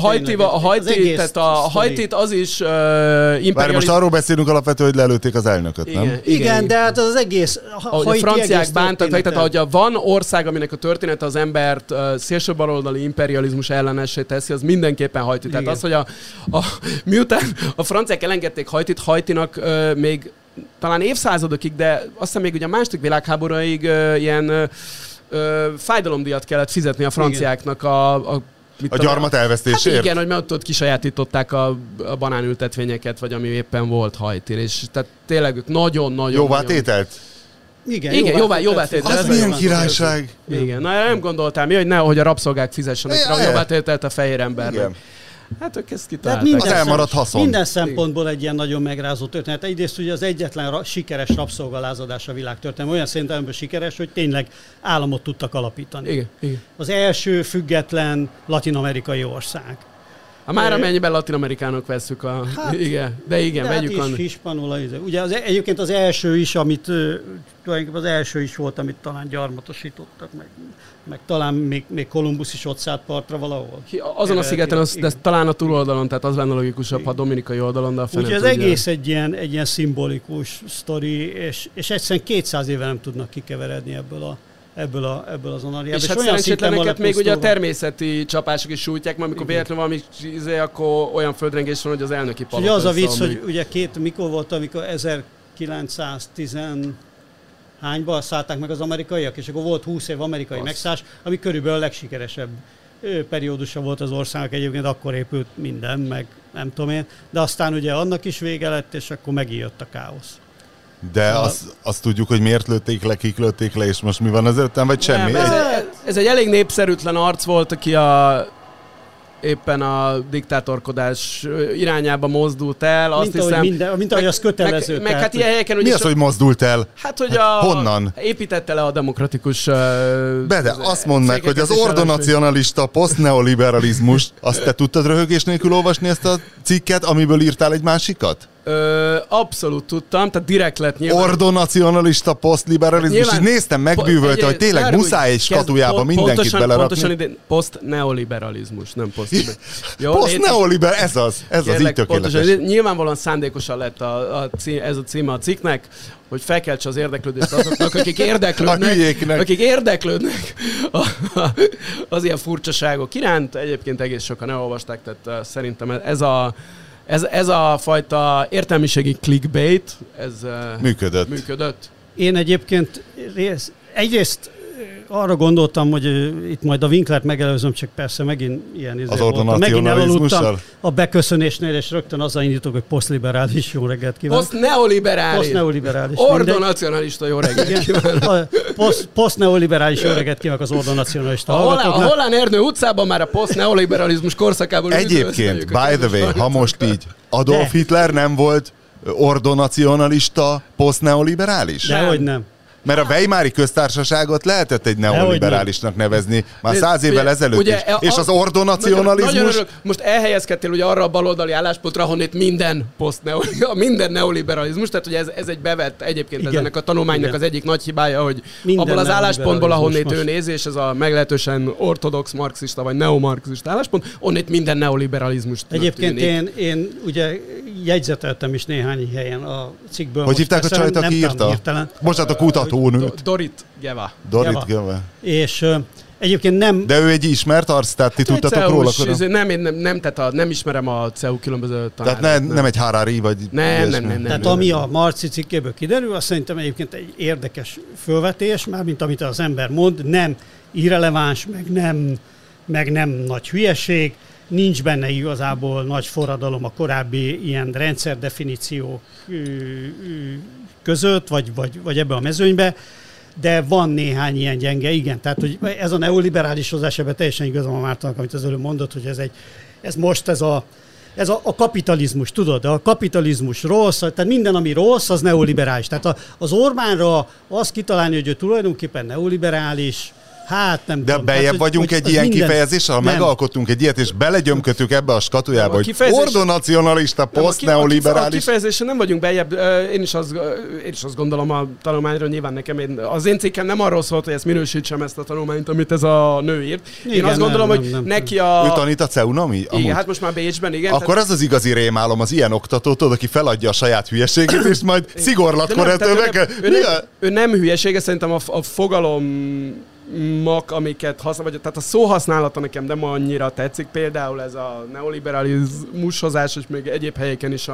A Haitit az is Bár most arról beszélünk alapvetően, hogy lelőtték az elnököt, nem? Igen, de hát az egész a franciák bántak, tehát ahogy van ország, aminek a története az embert szélső baloldali imperializmus ellenessé teszi, az mindenképpen Haiti. Tehát az, hogy miután a franciák elengedték Haitinak még talán évszázadokig, de azt hiszem még ugye a második világháborúig ilyen fájdalomdíjat kellett fizetni a franciáknak a gyarmat elvesztésért? Hát igen, hogy mert ott kisajátították a banánültetvényeket, vagy ami éppen volt Haitin, és tehát tényleg ők nagyon-nagyon... Igen, jóvátételt. Az milyen királyság! Igen, na nem gondoltál mi, hogy a rabszolgák fizessenek rá a jóvátételt a fehér embernek. Igen. Hát ők ezt kitalálták. Az elmaradt haszon. Minden szempontból egy ilyen nagyon megrázó történet. Egyrészt ugye az egyetlen sikeres rabszolgalázadás a világtörténelem. Olyan szinten sikeres, hogy tényleg államot tudtak alapítani. Igen. Az első független latin-amerikai ország. Már amennyiben Latin-Amerikának vesszük a... Hát, igen, vegyük annak. Hispanul, ugye egyébként az első is, tulajdonképpen az első is volt, amit talán gyarmatosítottak, meg talán még Kolumbusz is ott szállt partra valahol. Azon a szigeten, de talán a túloldalon, tehát az lenne logikusabb, ha a dominikai oldalon, de a fene. Úgyhogy az egész egy ilyen szimbolikus sztori, és egyszerűen 200 éve nem tudnak kikeveredni ebből az anariából. És hát szerencsétleneket még ugye a természeti csapások is sújtják, mert amikor véletlenül valami akkor olyan földrengés van, hogy az elnöki palota. Ugye az a vicc, hogy ugye mikor volt, amikor 1910 hányban szállták meg az amerikaiak, és akkor volt 20 év amerikai megszállás, ami körülbelül a legsikeresebb periódusa volt az országnak, egyébként akkor épült minden, meg nem tudom én, de aztán ugye annak is vége lett, és akkor megijött a káosz. De azt tudjuk, hogy miért lőtték le, kik lőtték le, és most mi van ezután, vagy semmi? Ez egy elég népszerűtlen arc volt, aki éppen a diktátorkodás irányába mozdult el. Azt hiszem, mint ahogy az kötelező. Meg hát ilyen helyeken... Mi az, hogy mozdult el? Hát, hogy honnan? Építette le a demokratikus... De azt mondd meg, hogy az ordonacionalista posztneoliberalizmus, azt te tudtad röhögés nélkül olvasni ezt a cikket, amiből írtál egy másikat? Abszolút tudtam, tehát direkt lett nyilván. Ordonacionalista posztliberalizmus, és néztem, megbűvölte, hogy tényleg muszáj egy skatujába mindenkit belerakni. Pontosan posztneoliberalizmus, nem posztneoliber, ez az így tökéletes. Nyilvánvalóan szándékosan lett ez a címe a cikknek, hogy felkeltse az érdeklődést azoknak, akik érdeklődnek az ilyen furcsaságok iránt. Egyébként egész sokan elolvasták, tehát szerintem ez a fajta értelmiségi clickbait, ez működött. Én egyébként egyrészt arra gondoltam, hogy itt majd a Winklert megelőzöm, csak persze megint ilyen az megint elaludtam a beköszönésnél, és azzal indítok, hogy posztliberális jó reggelt kívánok. Posztneoliberális. Ordonacionalista jó reggelt kívánok. Posztneoliberális jó reggelt kívánok az ordonacionalista hallgatóknak. A Hollán Ernő utcában már a posztneoliberalizmus korszakából egyébként, by the way, ha most így Adolf Hitler nem volt ordonacionalista, posztneoliberális? Dehogy nem. Mert a Weimári köztársaságot lehetett egy neoliberálisnak nevezni már 100 évvel ezelőtt ugye, is. És az ordonacionalizmus... Nagyon örülök. Most elhelyezkedtél ugye arra a baloldali álláspontra, ahonnét minden neoliberalizmus, tehát ugye ez egy bevett egyébként ennek a tanulmánynak az egyik nagy hibája, hogy minden abból az álláspontból, ahonnét ő néz, és ez a meglehetősen ortodox marxista vagy neomarxista álláspont, onnét minden neoliberalizmus. Egyébként én ugye jegyzeteltem is néhány helyen a cikkből. Hogy hívták a csajt, aki írta? Most a kutatónőt. Dorit Geva. Dorit Geva. És egyébként nem... De ő egy ismert arc, tehát ti tudtatok róla? Nem ismerem a CEU különböző tanárokat. Tehát nem egy Harari, vagy... Nem. Tehát ami a Marci cikkéből kiderül, azt szerintem egyébként egy érdekes fölvetés, mármint amit az ember mond, nem irreleváns, meg nem nagy hülyeség, nincs benne igazából nagy forradalom a korábbi ilyen rendszerdefiníciók között, vagy ebbe a mezőnybe, de van néhány ilyen gyenge, igen. Tehát, hogy ez a neoliberális hozás, ebben teljesen igazam a Mártonnak, amit az előbb mondott, hogy ez a kapitalizmus, tudod, a kapitalizmus rossz, tehát minden, ami rossz, az neoliberális. Tehát az Orbánra azt kitalálni, hogy ő tulajdonképpen neoliberális, hát nem de tudom. bejebb tehát, vagyunk egy ilyen kifejezéssel, ha megalkottunk egy ilyet, és belegyömkötük ebbe a skatujába, hogy ordonacionalista, posztneoliberális. A kifejezésen nem vagyunk bejebb. Én is azt gondolom a tanulmányról, nyilván nekem, az én cikkem nem arról szólt, hogy ezt minősítsem ezt a tanulmányt, amit ez a nő írt. Én igen, azt gondolom, hogy neki a... Ő tanít a CEU-n, igen, hát most már Bécsben, igen. Akkor az az igazi rémálom az ilyen oktatótól, aki feladja a saját hülyeségét, és majd szigorlatkor ettől meg kell... Ő nem hülyesége, szerintem a fogalom amiket használ, vagy tehát a szóhasználata nekem nem annyira tetszik, például ez a neoliberalizmushozás, és még egyéb helyeken is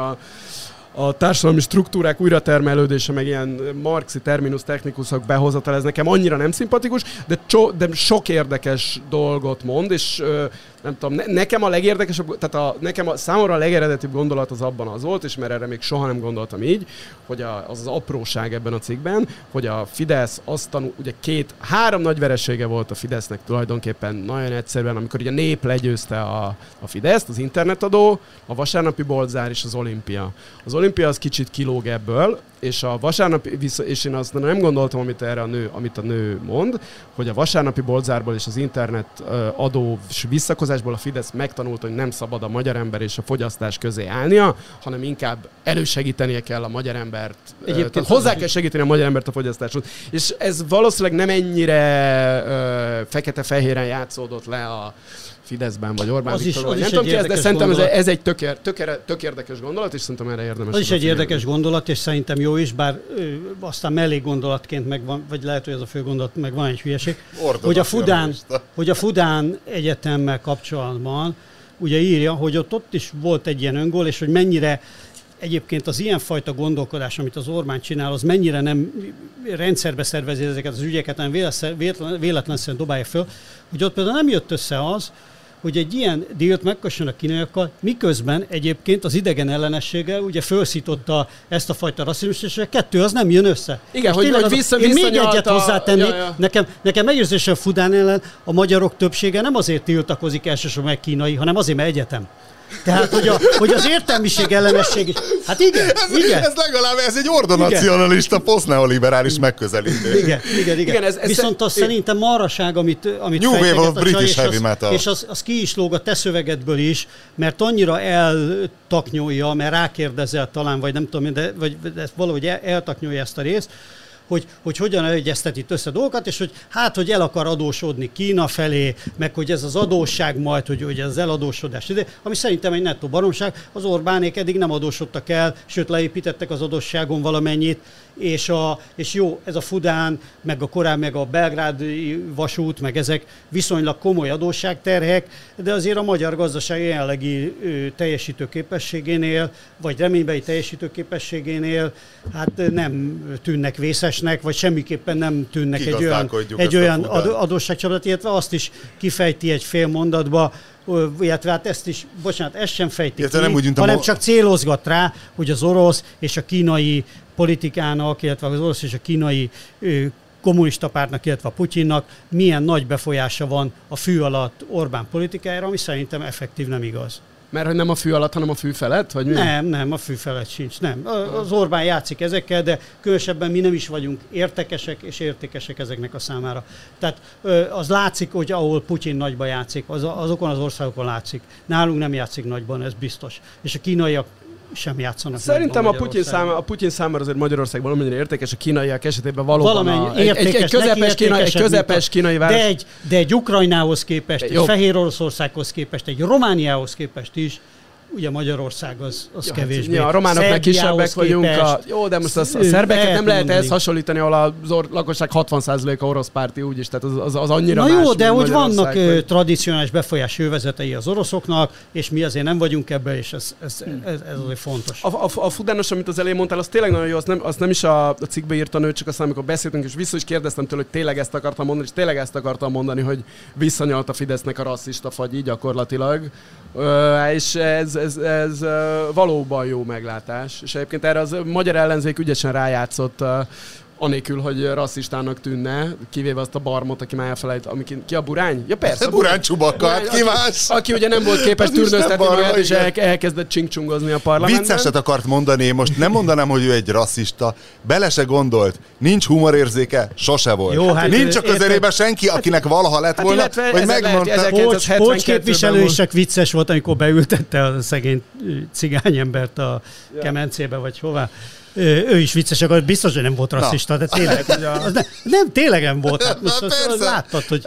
a társadalmi struktúrák újratermelődése, meg ilyen marxi terminus technikusok behozatal, ez nekem annyira nem szimpatikus, de sok érdekes dolgot mond, és nem tudom, nekem a legérdekesebb, tehát számomra a legeredetibb gondolat az abban az volt, és mert erre még soha nem gondoltam így, hogy az apróság ebben a cikkben, hogy a Fidesz ugye 3 nagy veresége volt a Fidesznek tulajdonképpen nagyon egyszerűen, amikor ugye a nép legyőzte a Fideszt, az internetadó, a vasárnapi boltzár és az olimpia. Az olimpia az kicsit kilóg ebből, és a vasárnapi, és én azt nem gondoltam, amit a nő mond, hogy a vasárnapi boltzárból és az internet adó visszakozásból a Fidesz megtanulta, hogy nem szabad a magyar ember és a fogyasztás közé állnia, hanem inkább elősegítenie kell a magyar embert, hozzá kell segíteni a magyar embert a fogyasztáshoz. És ez valószínűleg nem ennyire fekete-fehéren játszódott le a Fideszben, vagy Orbán Viktorról. Nem tudom ki ez, de szerintem ez egy tök érdekes gondolat, és szerintem erre érdemes. Az is egy érdekes gondolat, és szerintem jó is, bár aztán mellé gondolatként megvan, vagy lehet, hogy ez a fő gondolat, meg van egy hülyeség, hogy a Fudán Egyetemmel kapcsolatban ugye írja, hogy ott is volt egy ilyen öngól, és hogy mennyire egyébként az ilyenfajta gondolkodás, amit az Orbán csinál, az mennyire nem rendszerbe szervezi ezeket az ügyeket, hanem véletlenszerűen dobálja föl, hogy ott például nem jött össze az, hogy egy ilyen dílt megkössön kínaiakkal, miközben egyébként az idegen ellenességgel ugye felszította ezt a fajta rasszizmust, és a kettő az nem jön össze. Igen, hogy én még egyet hozzátennék, nekem meggyőződésen a Fudán ellen a magyarok többsége nem azért tiltakozik elsősorban meg kínai, hanem azért, mert egyetem. Tehát, hogy az értelmiség ellenesség is. Hát igen. Ez legalább egy ordonacionalista, posztneoliberális megközelítés. Igen. Viszont az szerintem marhaság, amit fejteget a csaj, és az ki is lóg a te szövegedből is, mert annyira eltaknyolja, mert rákérdezel talán, vagy nem tudom, vagy valahogy eltaknyolja ezt a részt, hogy hogyan egyeztet itt össze dolgokat, és hogy el akar adósodni Kína felé, meg hogy ez az adósság majd, hogy ez az eladósodás, ami szerintem egy nettó baromság. Az Orbánék eddig nem adósodtak el, sőt leépítettek az adósságon valamennyit, és jó, ez a Fudán, meg a korábbi, meg a belgrádi vasút, meg ezek viszonylag komoly adósságterhek, de azért a magyar gazdaság jelenlegi teljesítőképességénél, vagy reménybeli teljesítőképességénél, hát nem tűnnek vészesnek, vagy semmiképpen nem tűnnek egy olyan adósságcsapdat, illetve azt is kifejti egy fél mondatba, illetve hát ezt sem fejti ki, hanem csak célozgat rá, hogy az orosz és a kínai politikának, illetve az orosz és a kínai kommunista pártnak, illetve a Putyinnak milyen nagy befolyása van a fű alatt Orbán politikájára, ami szerintem effektív nem igaz. Mert hogy nem a fű alatt, hanem a fű felett? Vagy mi? Nem, a fű felett sincs. Nem. Az Orbán játszik ezekkel, de különösebben mi nem is vagyunk értekesek és értékesek ezeknek a számára. Tehát az látszik, hogy ahol Putyin nagyban játszik, azokon az országokon látszik. Nálunk nem játszik nagyban, ez biztos. És a kínaiak sem játszanak. Szerintem a Putyin számára azért Magyarország valamennyire értékes, a kínaiak esetében valóban egy közepes kínai város. De egy Ukrajnához képest, egy Fehér Oroszországhoz képest, egy Romániához képest is, ugye Magyarország az kevésbé. A románoknak kisebbek vagyunk. Jó, de most a szerbeket nem lehet ehhez hasonlítani, ahol a lakosság 60%-a orosz párti úgyis, tehát az annyira más. Na jó, más, de hogy vannak tradicionális befolyási övezetei az oroszoknak, és mi azért nem vagyunk ebben, és ez azért fontos. A fudános, amit az elején mondtál, az tényleg nagyon jó, azt nem is a cikkbe írta nő, csak aztán, amikor beszéltünk, és vissza is kérdeztem tőle, hogy tényleg ezt akartam mondani, és tényleg ezt akartam mondani, hogy visszanyalt a Fidesznek a rasszista fagyi gyakorlatilag. És ez valóban jó meglátás. És egyébként erre az magyar ellenzék ügyesen rájátszott, anélkül, hogy rasszistának tűnne, kivéve azt a Barmot, aki már elfelejt, ki a Burány? Ja persze. Burán Csubakat, ki más? Aki ugye nem volt képes tűrnöztetni magát, és elkezdett csinkcsungozni a parlamentben. Vicceset akart mondani, most nem mondanám, hogy ő egy rasszista, bele se gondolt, nincs humorérzéke, sose volt. Jó, hát nincs a közelében senki, akinek valaha lett volna, hogy megmondta. Pócs képviselő is csak vicces volt, amikor beültette a szegény cigányembert a kemencébe, vagy hová. Ő is vicces, akkor biztos, hogy nem volt rasszista, de tényleg, nem, tényleg nem volt. Hát most azt láttad, hogy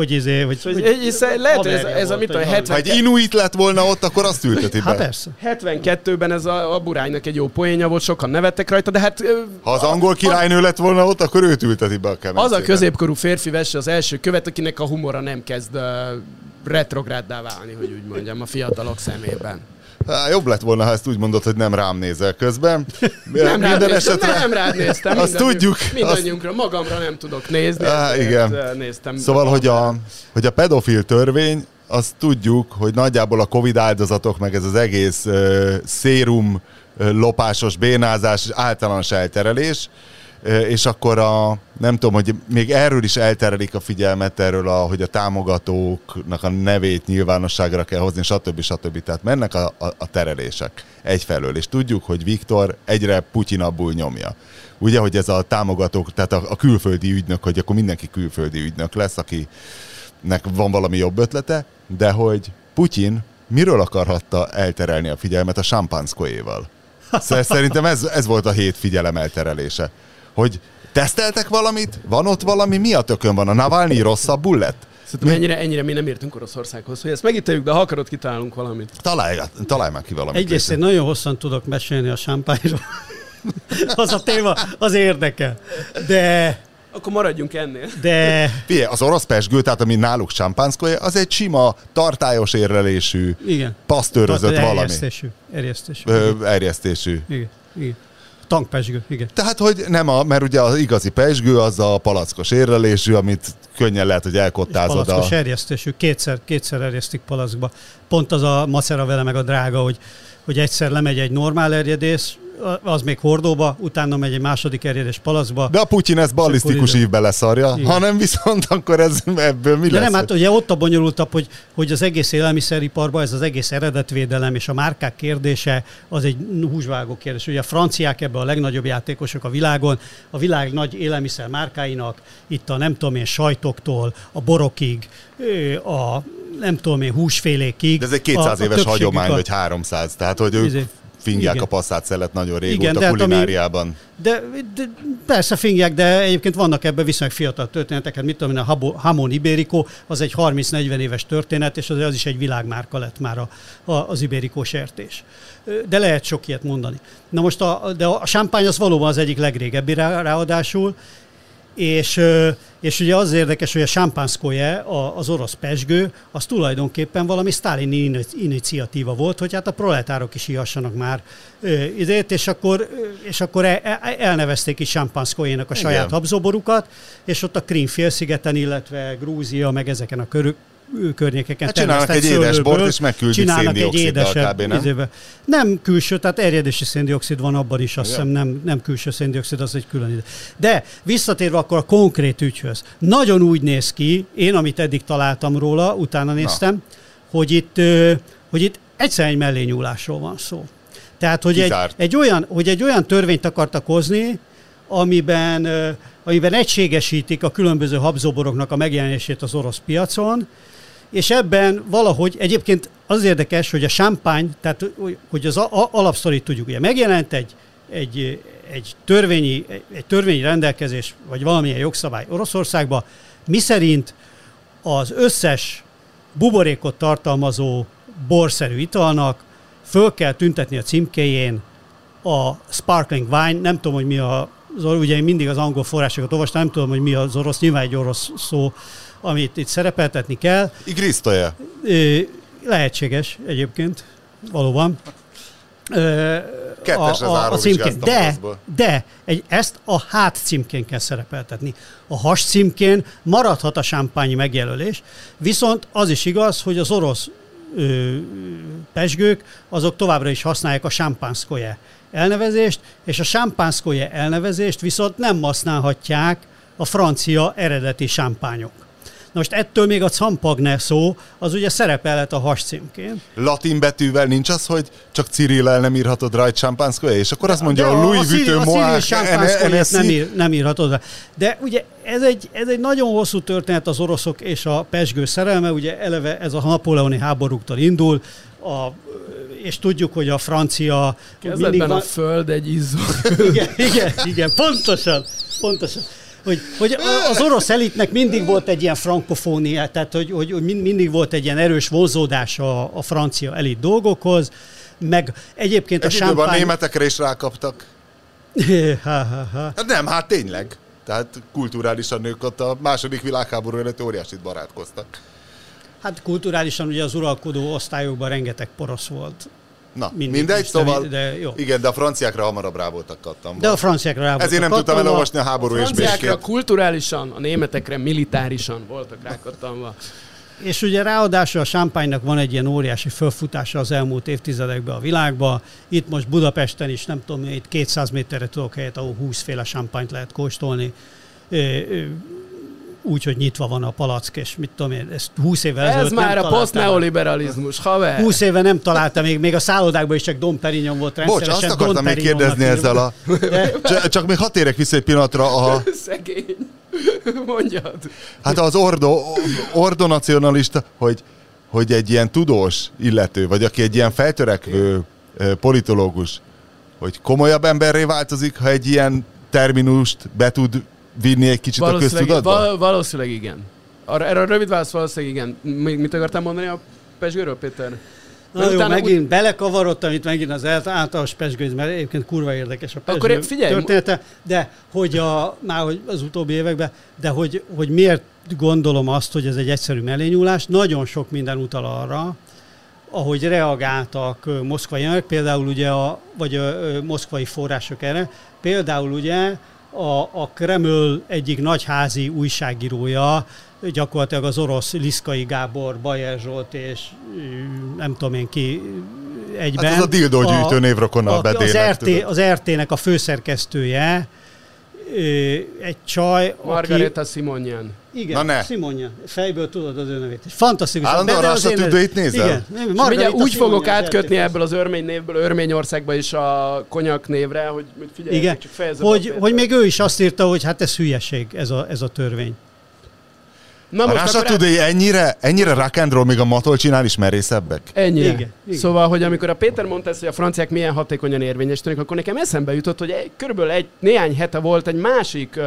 lehet, hogy ez a mit a 70... Ha egy inuit lett volna ott, akkor azt ülteti be. Hát persze. 72-ben ez a Buránynak egy jó poénja volt, sokan nevettek rajta, de hát... Ha az angol királynő lett volna ott, akkor őt ülteti be a kemencébe. Az a középkorú férfi vesse az első követ, akinek a humora nem kezd retrográddá válni, hogy úgy mondjam, a fiatalok szemében. Jobb lett volna, ha ezt úgy mondod, hogy nem rám nézel közben. Nem rád néztem. Azt tudjuk. Mindannyiunkra, magamra nem tudok nézni. Igen. Néztem. Szóval, hogy a pedofil törvény, azt tudjuk, hogy nagyjából a Covid áldozatok, meg ez az egész szérum lopásos bénázás, általános elterelés, és akkor nem tudom, hogy még erről is elterelik a figyelmet, hogy a támogatóknak a nevét nyilvánosságra kell hozni, stb. Tehát mennek a terelések egyfelől, és tudjuk, hogy Viktor egyre Putyinabbul nyomja. Ugye, hogy ez a támogatók, tehát a külföldi ügynök, hogy akkor mindenki külföldi ügynök lesz, akinek van valami jobb ötlete, de hogy Putyin miről akarhatta elterelni a figyelmet a Sampanszkojéval? Szerintem ez volt a hét figyelem elterelése. Hogy teszteltek valamit? Van ott valami? Mi a tökön van? A Navalnyi rosszabbul lett? Szerintem ennyire mi nem értünk Oroszországhoz, hogy ezt megítéljük, de ha akarod, kitálunk valamit. Találj már ki valamit. Egyrészt én nagyon hosszan tudok mesélni a sámpányról. Az a téma, az érdekel. De... Akkor maradjunk ennél. De... Figyelj, az orosz pezsgő, tehát ami náluk Sampánszkoje, az egy sima, tartályos érrelésű, pasztőrözött valami. Erjesztésű. Igen. Tankpezsgő, igen. Tehát, hogy nem mert ugye az igazi pezsgő az a palackos érrelésű, amit könnyen lehet, hogy elkottázod. Palackos erjesztésű, kétszer erjesztik palackba. Pont az a macera vele meg a drága, hogy egyszer lemegy egy normál erjedés, az még hordóba, utána megy egy második erjedés palackba. De a Putyin ezt ballisztikus ívbe leszarja, hanem viszont akkor ebből mi lesz? Nem, hát ugye ott a bonyolultabb, hogy az egész élelmiszeriparban ez az egész eredetvédelem és a márkák kérdése az egy húsvágó kérdés. Ugye a franciák ebben a legnagyobb játékosok a világon, a világ nagy élelmiszer márkáinak, itt a nem tudom én sajtoktól, a borokig, a nem tudom én húsfélékig. De ez egy 200 éves hagyomány, vagy 300, tehát hogy ők fingják a passzát szelet nagyon régóta kulináriában. De persze fingják, de egyébként vannak ebben viszonylag fiatal történetek. Hát mit tudom én, a Hamon Ibérico, az egy 30-40 éves történet, és az is egy világmárka lett már az Ibérico sertés. De lehet sok ilyet mondani. Na most de a champagne az valóban az egyik legrégebbi ráadásul, és ugye az érdekes, hogy a Sampanszkoje, az orosz pezsgő, az tulajdonképpen valami sztálini iniciatíva volt, hogy hát a proletárok is ihassanak már idét, és akkor elnevezték is Sampanszkojénak a saját habzoborukat, és ott a Krím-félszigeten, illetve Grúzia, meg ezeken a környékeken csinálnak egy édesbort, és megküldik széndioxiddal kb. Nem? Nem külső, tehát erjedési széndioxid van abban is, azt hiszem nem külső széndioxid, az egy külön ide. De visszatérve akkor a konkrét ügyhöz. Nagyon úgy néz ki, én amit eddig találtam róla, utána néztem, hogy itt egyszerűen egy mellényúlásról van szó. Tehát, hogy Kizárt. egy olyan törvényt akartak hozni, amiben egységesítik a különböző habzoboroknak a megjelenését az orosz piacon, és ebben valahogy, egyébként az érdekes, hogy a champagne, tehát hogy az alapsztorit tudjuk, ugye megjelent egy törvényi rendelkezés, vagy valamilyen jogszabály Oroszországban, miszerint az összes buborékot tartalmazó borszerű italnak föl kell tüntetni a címkéjén a sparkling wine, nem tudom, hogy mi ugye én mindig az angol forrásokat olvastam, nem tudom, hogy mi az orosz, nyilván egy orosz szó, amit itt szerepeltetni kell. Igrisztoje. Lehetséges egyébként, valóban. Kettes az áron címkén. De ezt a hát címkén kell szerepeltetni. A has címkén maradhat a champagne megjelölés, viszont az is igaz, hogy az orosz pezsgők, azok továbbra is használják a champánskoje elnevezést, és a champánskoje elnevezést viszont nem használhatják a francia eredeti champányok. Na most ettől még a Champagne szó, az ugye szerepelhet a has címkén. Latin betűvel nincs az, hogy csak Cyrillel nem írhatod rá egy champánskoje, és akkor azt mondja a Louis Vuitton Moët nem írhatod rá. De ugye ez egy nagyon hosszú történet az oroszok és a pezsgő szerelme, ugye eleve ez a napóleoni háborúktól indul, és tudjuk, hogy a francia... Kezdetben a föld egy izzó. Igen, pontosan. Hogy az orosz elitnek mindig volt egy ilyen frankofónia, tehát hogy mindig volt egy ilyen erős vonzódás a francia elit dolgokhoz, meg egyébként a champagne... a németekre is rákaptak. Nem, hát tényleg. Tehát kulturálisan ők ott a második világháború előtt óriásit barátkoztak. Hát kulturálisan ugye az uralkodó osztályokban rengeteg porosz volt. Na, mindegy, szóval, de jó. Igen, de a franciákra hamarabb rá voltak kattanva. De a franciákra rá voltak ezért nem tudtam elolvasni a háború és békét. A franciákra kulturálisan, a németekre militárisan voltak rákattanva. És ugye ráadásul a champagne-nak van egy ilyen óriási fölfutása az elmúlt évtizedekben a világban. Itt most Budapesten is, nem tudom, itt 200 méterre tudok helyet, ahol 20 féle champagne-t lehet kóstolni. Úgy, hogy nyitva van a palack, és mit tudom én, ezt 20 évvel ezelőtt ez már a posztneoliberalizmus, haver. 20 éve nem találtam, még a szállodákban is csak Dom Perignon volt rendszeresen. Bocs, azt akartam még kérdezni ezzel a... Csak még hadd térek vissza egy pillanatra. Szegény. Mondjad. Hát az ordonacionalista, hogy egy ilyen tudós illető, vagy aki egy ilyen feltörekvő politológus, hogy komolyabb emberré változik, ha egy ilyen terminust be tud vinni egy kicsit a köztudatba? Valószínűleg igen. Erre a rövid válasz valószínűleg igen. Mit akartál mondani a pezsgőről, Péter? Na jó, megint belekavarodtam itt megint az általános pezsgőz, mert egyébként kurva érdekes a pezsgő története, de hogy már az utóbbi években, de hogy miért gondolom azt, hogy ez egy egyszerű mellényúlás, nagyon sok minden utal arra, ahogy reagáltak moszkvai emberek, például ugye vagy moszkvai források erre, például ugye a Kreml egyik nagyházi újságírója, gyakorlatilag az orosz Liszkai Gábor, Bajer Zsolt és nem tudom én ki egyben. Hát ez a dildógyűjtő névrokonnal bedének. Az RT-nek a főszerkesztője, egy csaj, Margareta Simonyan. Igen, Simonyan. Fejből tudod az ő nevét. Fantasztikus. Állandóan Russia Today-t nézel? Igen. Úgy fogok átkötni ebből az örmény névből Örményországba is a konyak névre, hogy figyelj, igen. Csak fejezem. Hogy még ő is azt írta, hogy hát ez hülyeség, ez a törvény. Na a Russia Today ennyire rock and roll, még a matól csinál is merészebbek? Ennyire. Igen. Szóval, hogy amikor a Péter mondta ezt, hogy a franciák milyen hatékonyan érvényesítenek, akkor nekem eszembe jutott, hogy körülbelül néhány hete volt egy másik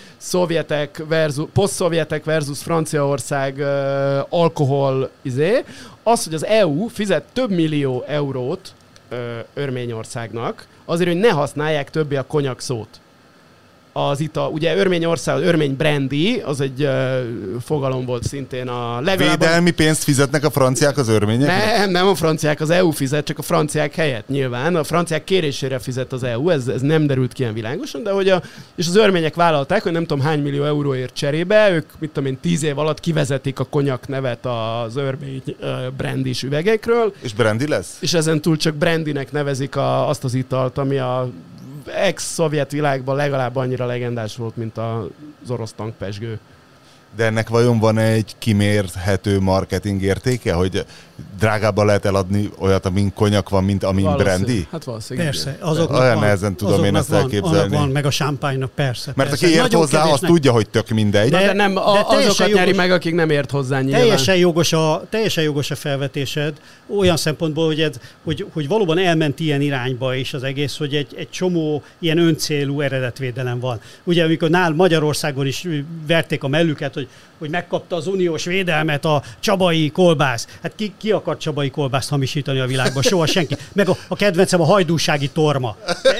posztszovjetek versus Franciaország alkohol az, hogy az EU fizet több millió eurót Örményországnak azért, hogy ne használják többé a konyak szót. Az ital, ugye Örményország, örmény brandy, az egy fogalom volt szintén a legalább... Védelmi pénzt fizetnek a franciák az örményeknek? Nem a franciák, az EU fizet, csak a franciák helyett nyilván. A franciák kérésére fizet az EU, ez nem derült ki ilyen világosan, de hogy és az örmények vállalták, hogy nem tudom hány millió euróért cserébe, ők 10 év alatt kivezetik a konyak nevet az örmény brandys üvegekről. És brandy lesz? És ezen túl csak brandynek nevezik azt az italt, ami a ex-szovjet világban legalább annyira legendás volt, mint az orosz tankpezsgő. De ennek vajon van egy kimérhető marketing értéke, hogy drágábban lehet eladni olyat, amin konyak van, mint amin brandy? Hát valószínűleg. Persze, olyan nehezen tudom én ezt elképzelni. Van, meg a champagne-nak persze. Mert aki ért hozzá, az tudja, hogy tök mindegy. De nem, azokat nyeri meg, akik nem ért hozzá nyilván. Teljesen jogos a felvetésed, olyan szempontból, hogy valóban elment ilyen irányba is az egész, hogy egy csomó ilyen öncélú eredetvédelem van. Ugye, amikor Magyarországon is verték a mellüket, hogy megkapta az uniós védelmet a csabai kolbász. Hát ki akar csabai kolbászt hamisítani a világban? Soha senki. Meg a kedvencem a hajdúsági torma.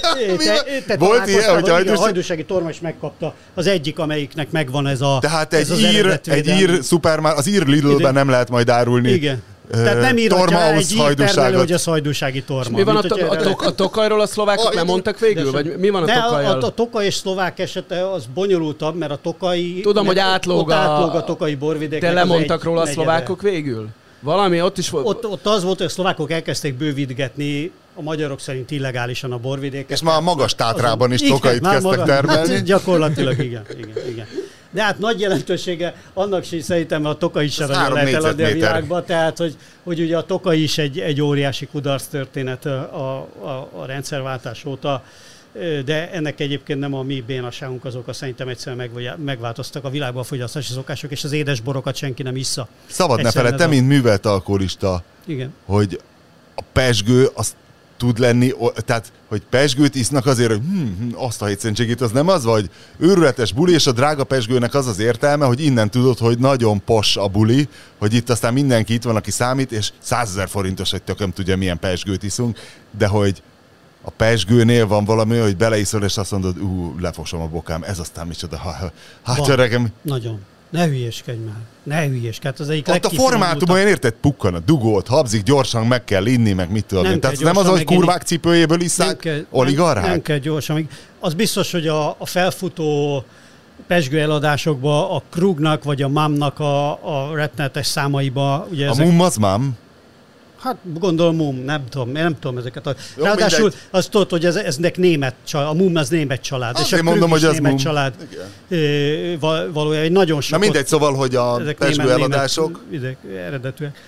Volt ilyen, hogy a hajdúsági torma is megkapta az egyik, amelyiknek megvan ez a. Tehát egy ír szupermárket, az ír Lidlben nem lehet majd árulni. Igen. Tehát nem írhatja egy ír termelő, hogy a hajdúsági torma. Mi van a Tokajról a szlovákok lemondtak végül? Vagy mi van a Tokajjal? A Tokaj és szlovák esete az bonyolultabb, mert a Tokai... Tudom, hogy átlóg a Tokai borvidék. De lemondtak róla a szlovákok végül? Valami ott is volt? Ott az volt, hogy a szlovákok elkezdték bővítgetni a magyarok szerint illegálisan a borvidéket. És már a magas Tátrában is Tokait kezdtek termelni. Hát gyakorlatilag igen. De hát nagy jelentősége annak is szerintem a Tokai sem lehet eladni a világba, tehát hogy ugye a Tokai is egy óriási kudarc történet a rendszerváltás óta, de ennek egyébként nem a mi bénaságunk az oka, szerintem egyszerűen megváltoztak a világban a fogyasztási szokások, és az édesborokat senki nem issza. Szabad ne feled, te mint művelt alkoholista, igen, hogy a pezsgő az tud lenni, tehát, hogy pezsgőt isznak azért, hogy azt a hétszentségét, az nem az, vagy őrületes buli, és a drága pezsgőnek az az értelme, hogy innen tudod, hogy nagyon pos a buli, hogy itt aztán mindenki itt van, aki számít, és 100 000 forintos, hogy tököm tudja, milyen pezsgőt iszunk, de hogy a pezsgőnél van valami, hogy beleiszol, és azt mondod, lefosom a bokám, ez aztán micsoda. Hát öregem. Nagyon. Ne hülyéskedj már. Ne hülyéskedj. Az egyik ott a formátum olyan, érted, pukkan a dugót, habzik, gyorsan meg kell inni, meg mit tudom én. Tehát nem az, hogy kurvák cipőjéből isszák oligarchák? Nem kell gyorsan. Az biztos, hogy a felfutó pezsgő eladásokban a Krugnak vagy a MAM-nak a rettenetes számaiba. Ugye a MUM az MAM? Hát gondolom MUM, nem tudom ezeket. Ráadásul azt tudod, hogy eznek német család, a MUM az német család, és a Krug is német család. Valójában nagyon sok. Na mindegy, szóval, hogy a pezsgő eladások... Eredetűek.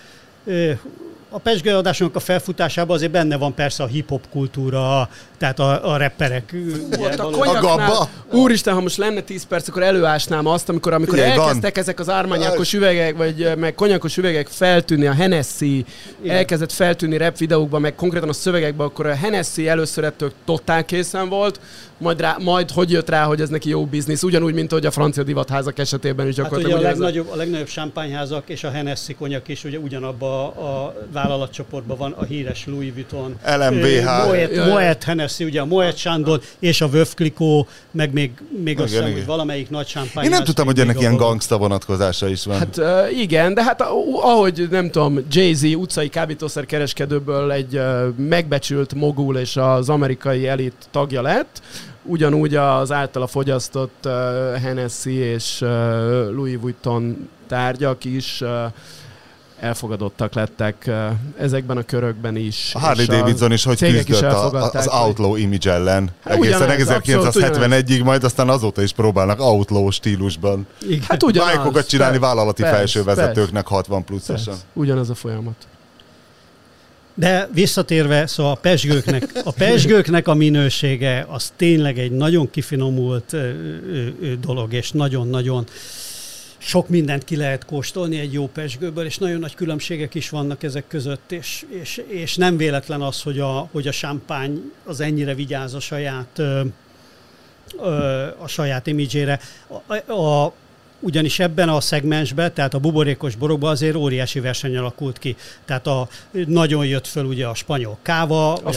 A pezsgő eladásoknak a felfutásában azért benne van persze a hip-hop kultúra, tehát a rapperek. A gabba? Úristen, ha most lenne 10 perc, akkor előásnám azt, amikor elkezdtek ezek az ármányákos üvegek, vagy meg konyakos üvegek feltűnni, a Hennessy elkezdett feltűnni rap videókban, meg konkrétan a szövegekben, akkor a Hennessy először ettől totál készen volt, majd hogy jött rá, hogy ez neki jó biznisz, ugyanúgy, mint hogy a francia divatházak esetében is gyakorlatilag. Hát ugye a legnagyobb sámpányházak és a Hennessy konyak is ugye ugyanabban a vállalatcsoportban van, a híres Louis Vuitton, LMBH, Moet Hennessy, ugye a Moet Chandon és a Veuve Clicquot, meg még azt hiszem, hogy valamelyik nagy sámpányház. Én nem tudtam, hogy ennek ilyen gangsta vonatkozása is van. Hát igen, de hát ahogy nem tudom, Jay-Z utcai kábítószerkereskedőből egy megbecsült mogul és az amerikai elit tagja lett, ugyanúgy az általa fogyasztott Hennessy és Louis Vuitton tárgyak is elfogadottak lettek ezekben a körökben is. A Harley Davidson is hogy küzdött az outlaw image ellen. Egészen 1971-ig, majd aztán azóta is próbálnak outlaw stílusban. Hát ugyanaz. Bike-okat csinálni vállalati felsővezetőknek 60 pluszosan. Ugyanaz a folyamat. De visszatérve, szóval a pezsgőknek a minősége az tényleg egy nagyon kifinomult dolog, és nagyon-nagyon sok mindent ki lehet kóstolni egy jó pezsgőből, és nagyon nagy különbségek is vannak ezek között, és nem véletlen az, hogy a champagne az ennyire vigyáz a saját imidzsére. Ugyanis ebben a szegmensben, tehát a buborékos borokban azért óriási verseny alakult ki. Tehát nagyon jött föl ugye a spanyol káva, a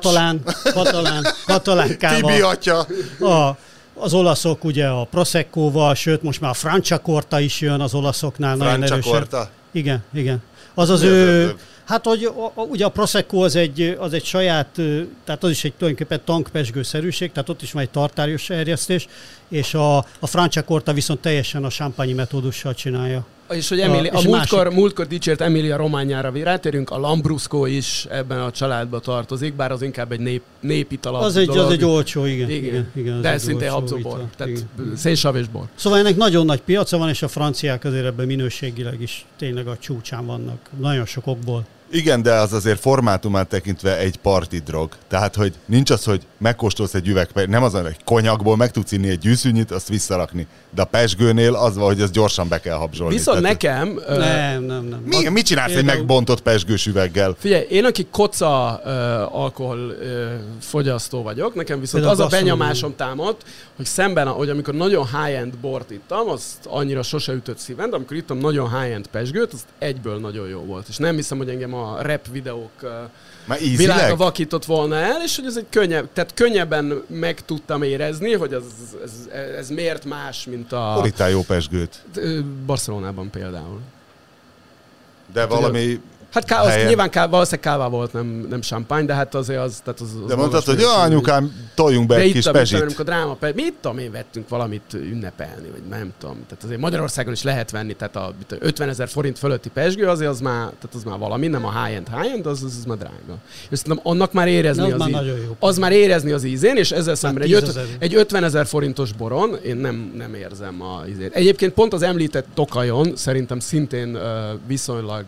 katalán káva. Tibi atya. Az olaszok ugye a Proseccóval, sőt most már a Franciacorta is jön az olaszoknál. Nagyon erősen. Franciacorta? Igen. Az az ő Hát, hogy ugye a Prosecco az egy saját, tehát az is egy tulajdonképpen tankpezsgőszerűség, tehát ott is van egy tartályos erjesztés, és a Franciacorta viszont teljesen a champagne metódussal csinálja. És hogy múltkor dicsért Emilia Romagnára rátérünk, a Lambrusco is ebben a családba tartozik, bár az inkább egy népitalabb az egy olcsó, igen. De ez szintén habzóbor, tehát szénsav és bor. Szóval ennek nagyon nagy piaca van, és a franciák azért ebben minőségileg is tényleg a csúcsán vannak, nagyon sok okból. Igen, de az azért formátumát tekintve egy parti drog. Tehát, hogy nincs az, hogy megkóstolsz egy üveg, nem az, hogy egy konyakból meg tudsz inni egy gyűszűnyit, azt visszarakni. De a pezsgőnél az van, hogy azt gyorsan be kell habzsolni. Viszont tehát, nekem... Nem. Mit csinálsz egy megbontott pezsgős üveggel? Figyelj, én aki koca alkohol fogyasztó vagyok, nekem viszont az a benyomásom támadt, hogy szemben, hogy amikor nagyon high-end bort ittam, azt annyira sose ütött szíven, de amikor ittam nagyon high-end pezsgőt, az egyből nagyon jó volt. És nem hiszem, hogy engem a rap videók világa vakított volna el, és hogy ez egy könnyebben meg tudtam érezni, hogy ez miért más, mint a... Hol ittál jó pezsgőt? Barcelonában például. De valami... Hát nyilván valószínűleg káva volt, nem champagne, de hát azért az... Tehát az de mondtad, hogy anyukám, toljunk be egy kis pezsit. Amikor dráma pezsit, mit tudom én, vettünk valamit ünnepelni, vagy nem tudom. Tehát azért Magyarországon is lehet venni, tehát a 50 000 forint fölötti pezsgő, azért az már valami, nem a high-end, az már drága. És szerintem annak már érezni az már érezni az ízén, és ezzel szemben egy 50 000 forintos boron én nem érzem az ízét. Egyébként pont az említett Tokajon szerintem szintén viszonylag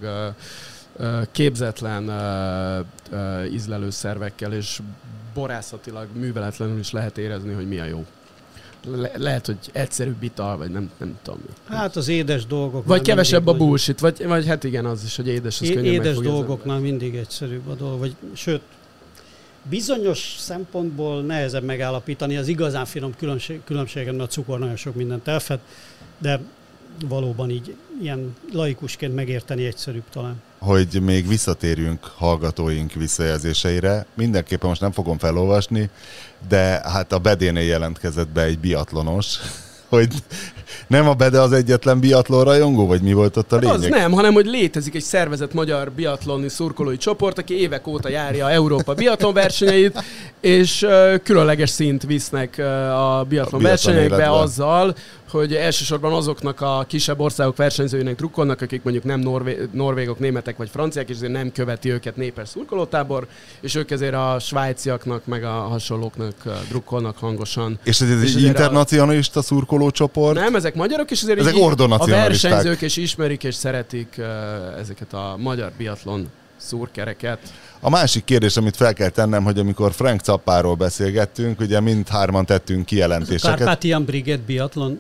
képzetlen ízlelőszervekkel és borászatilag műveletlenül is lehet érezni, hogy mi a jó. Lehet, hogy egyszerűbb ital, vagy nem tudom. Hát az édes dolgok. Vagy kevesebb a bullshit, vagy hát igen, az is, hogy édes, az könnyen édes dolgoknál mindig egyszerűbb a dolog, vagy sőt, bizonyos szempontból nehezebb megállapítani az igazán finom különbséget, mert a cukor nagyon sok mindent elfed, de valóban így ilyen laikusként megérteni egyszerűbb talán. Hogy még visszatérjünk hallgatóink visszajelzéseire, mindenképpen most nem fogom felolvasni, de hát a Bedénél jelentkezett be egy biatlonos, hogy nem a Bede az egyetlen biatlon rajongó, vagy mi volt ott a lényeg? Az nem, hanem hogy létezik egy szervezett magyar biatloni szurkolói csoport, aki évek óta járja Európa biatlon versenyeit, és különleges szint visznek a biatlon versenyekbe azzal, hogy elsősorban azoknak a kisebb országok versenyzőinek drukkolnak, akik mondjuk nem norvégok, németek vagy franciák, és ezért nem követi őket népes szurkolótábor, és ők ezért a svájciaknak, meg a hasonlóknak drukkolnak hangosan. És ez egy internacionalista szurkolócsoport? Nem, ezek magyarok, és ezért a versenyzők és ismerik és szeretik ezeket a magyar biatlon szurkereket. A másik kérdés, amit fel kell tennem, hogy amikor Frank Zappáról beszélgettünk, ugye mindhárman tettünk kijelentéseket. Carpathian Brigade biatlon.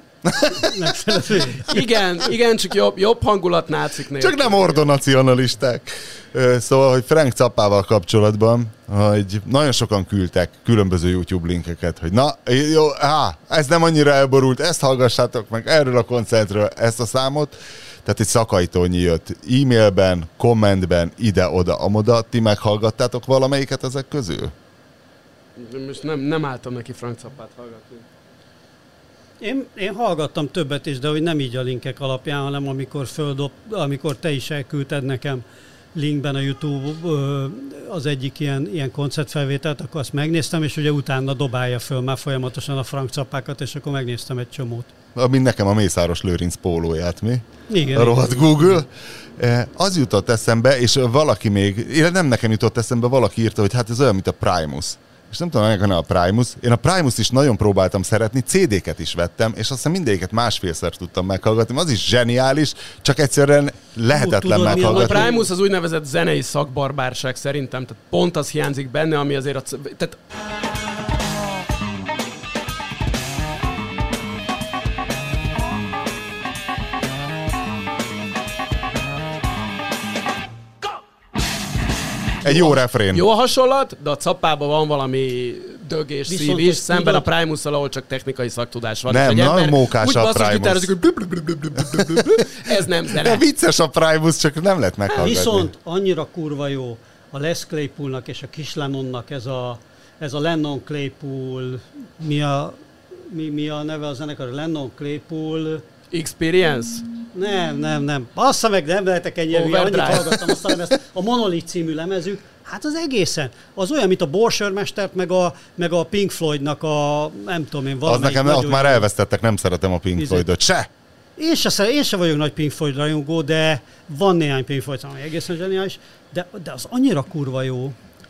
igen, csak jobb hangulat nácik nélkül. Csak nem ordonacionalisták. Szóval, hogy Frank Zappával kapcsolatban, hogy nagyon sokan küldtek különböző YouTube linkeket, hogy na, jó, ez nem annyira elborult, ezt hallgassátok meg, erről a koncertről ezt a számot. Tehát egy szakajtónyi jött e-mailben, kommentben, ide-oda, amoda. Ti meghallgattátok valamelyiket ezek közül? Most nem álltam neki Frank Zappát hallgatni. Én hallgattam többet is, de hogy nem így a linkek alapján, hanem amikor te is elküldted nekem linkben a YouTube az egyik ilyen koncertfelvételt, akkor azt megnéztem, és ugye utána dobálja föl már folyamatosan a Frank Zappákat, és akkor megnéztem egy csomót. Mint nekem a Mészáros Lőrinc pólóját, mi? Igen. A rohadt Google. Az jutott eszembe, és valaki még, nem nekem jutott eszembe, valaki írta, hogy hát ez olyan, mint a Primus. És nem tudom, hogy a Primus. Én a Primus is nagyon próbáltam szeretni, CD-ket is vettem, és azt hiszem mindegyiket másfélszer tudtam meghallgatni. Az is zseniális, csak egyszerűen lehetetlen meghallgatni. A Primus az úgynevezett zenei szakbarbárság szerintem, tehát pont az hiányzik benne, ami azért tehát egy jó refrén. Jó a hasonlat, de a Zappában van valami dög és szív is, szemben a Primusszal, ahol csak technikai szaktudás van. Nem, nagyon mókás a Primus. Ez nem zene. De vicces a Primus, csak nem lehet meghallgatni. Viszont annyira kurva jó a Les Claypoolnak és a kis Lennonnak ez a Lennon Claypool, mi a neve a zenekar? Lennon Claypool... Experience? Nem. Bassza meg, nem lehetek ennyire, annyit Overdrive. hallgattam azt a lemezt. A Monolith című lemezük, hát az egészen. Az olyan, mint a Borchester-mestert, meg a Pink Floydnak a, nem tudom én, Az valamelyik nekem ott nagyon már jó. elvesztettek, nem szeretem a Pink Floydot. Se! Én se vagyok nagy Pink Floyd rajongó, de van néhány Pink Floyd, ami egészen zseniális, de az annyira kurva jó.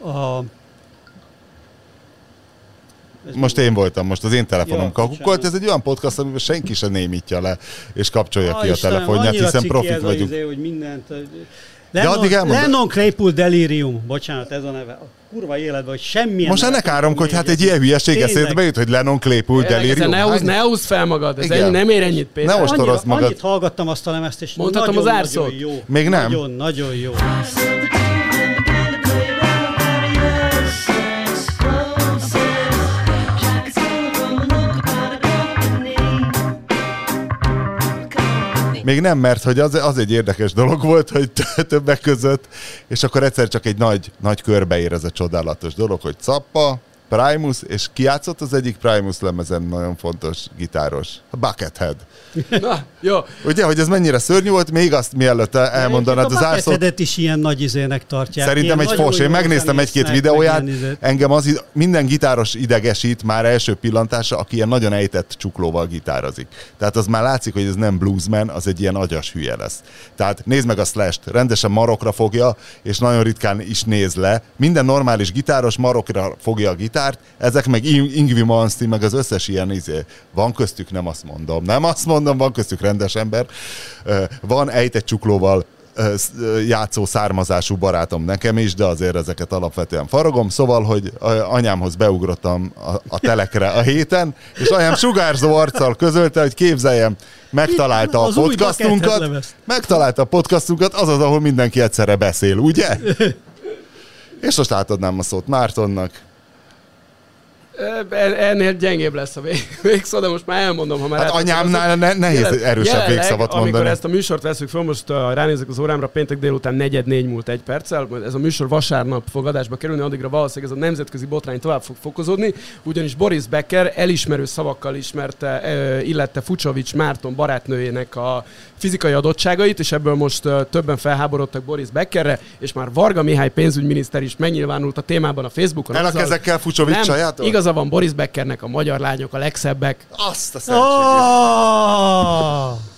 Most én voltam, most az én telefonom Ja, kakukolt. bocsánat. Ez egy olyan podcast, amiben senki sem némítja le, és kapcsolja ki a Istenem, telefonját, annyira hiszen ciki profik ez vagyunk. hogy mindent... addig elmondom. Lennon Claypool Delirium, bocsánat, ez a neve. A kurva életben, hogy semmilyen... Most ennek káromkodj, hát egy ilyen hülyeség Tényleg. eszébe jut, hogy Lennon Claypool Delirium. Ne húzd fel magad, ez Igen. nem ér ennyit pénzt. Ne ostorozd magad. Annyit hallgattam azt a lemezt, és Mondhatom nagyon, az árszót? nagyon jó. Még nem. Nagyon jó. Még nem, mert hogy az egy érdekes dolog volt, hogy többek között, és akkor egyszer csak egy nagy körbe ér ez a csodálatos dolog, hogy Zappa, Primus, és ki játszott az egyik Primus lemezen nagyon fontos gitáros? A Buckethead. Na, jó. Ugye, hogy ez mennyire szörnyű volt, még azt mielőtt elmondanád az A árszót. Bucketheadet is ilyen nagy izének tartják. Szerintem Ilyen egy nagyon fos. Én jó megnéztem zenésznek, egy-két videóját, meg ilyen engem minden gitáros idegesít már első pillantásra, aki ilyen nagyon ejtett csuklóval gitározik. Tehát az már látszik, hogy ez nem bluesman, az egy ilyen agyas hülye lesz. Tehát nézd meg a Slash-t, rendesen marokra fogja, és nagyon ritkán is néz le. Minden normális gitáros marokra fogja a gitárt, ezek meg Yngwie Malmsteen, meg az összes ilyen van köztük, nem azt mondom, van köztük rendes ember. Van ejtett csuklóval játszó származású barátom nekem is, de azért ezeket alapvetően faragom. Szóval, hogy anyámhoz beugrottam a telekre a héten, és anyám sugárzó arccal közölte, hogy képzeljem, megtalálta a Az új podcastunkat, az, ahol mindenki egyszerre beszél, ugye? És most átadnám a szót Mártonnak. Ennél gyengébb lesz a végszó, de most már elmondom, ha már... Hát anyámnál nehéz erősebb végszavat mondani. Amikor ezt a műsort veszük föl, most ránézek az órámra, péntek délután 4:04 múlt 1 perccel, ez a műsor vasárnap fog adásba kerülni, addigra valószínűleg ez a nemzetközi botrány tovább fog fokozódni, ugyanis Boris Becker elismerő szavakkal illette Fucsovics Márton barátnőjének a fizikai adottságait, és ebből most többen felháborodtak Boris Beckerre, és már Varga Mihály pénzügyminiszter is megnyilvánult a témában a Facebookon. El a kezekkel Fucsovics sajától? Igaza van Boris Beckernek, a magyar lányok a legszebbek. Azt a szentségét.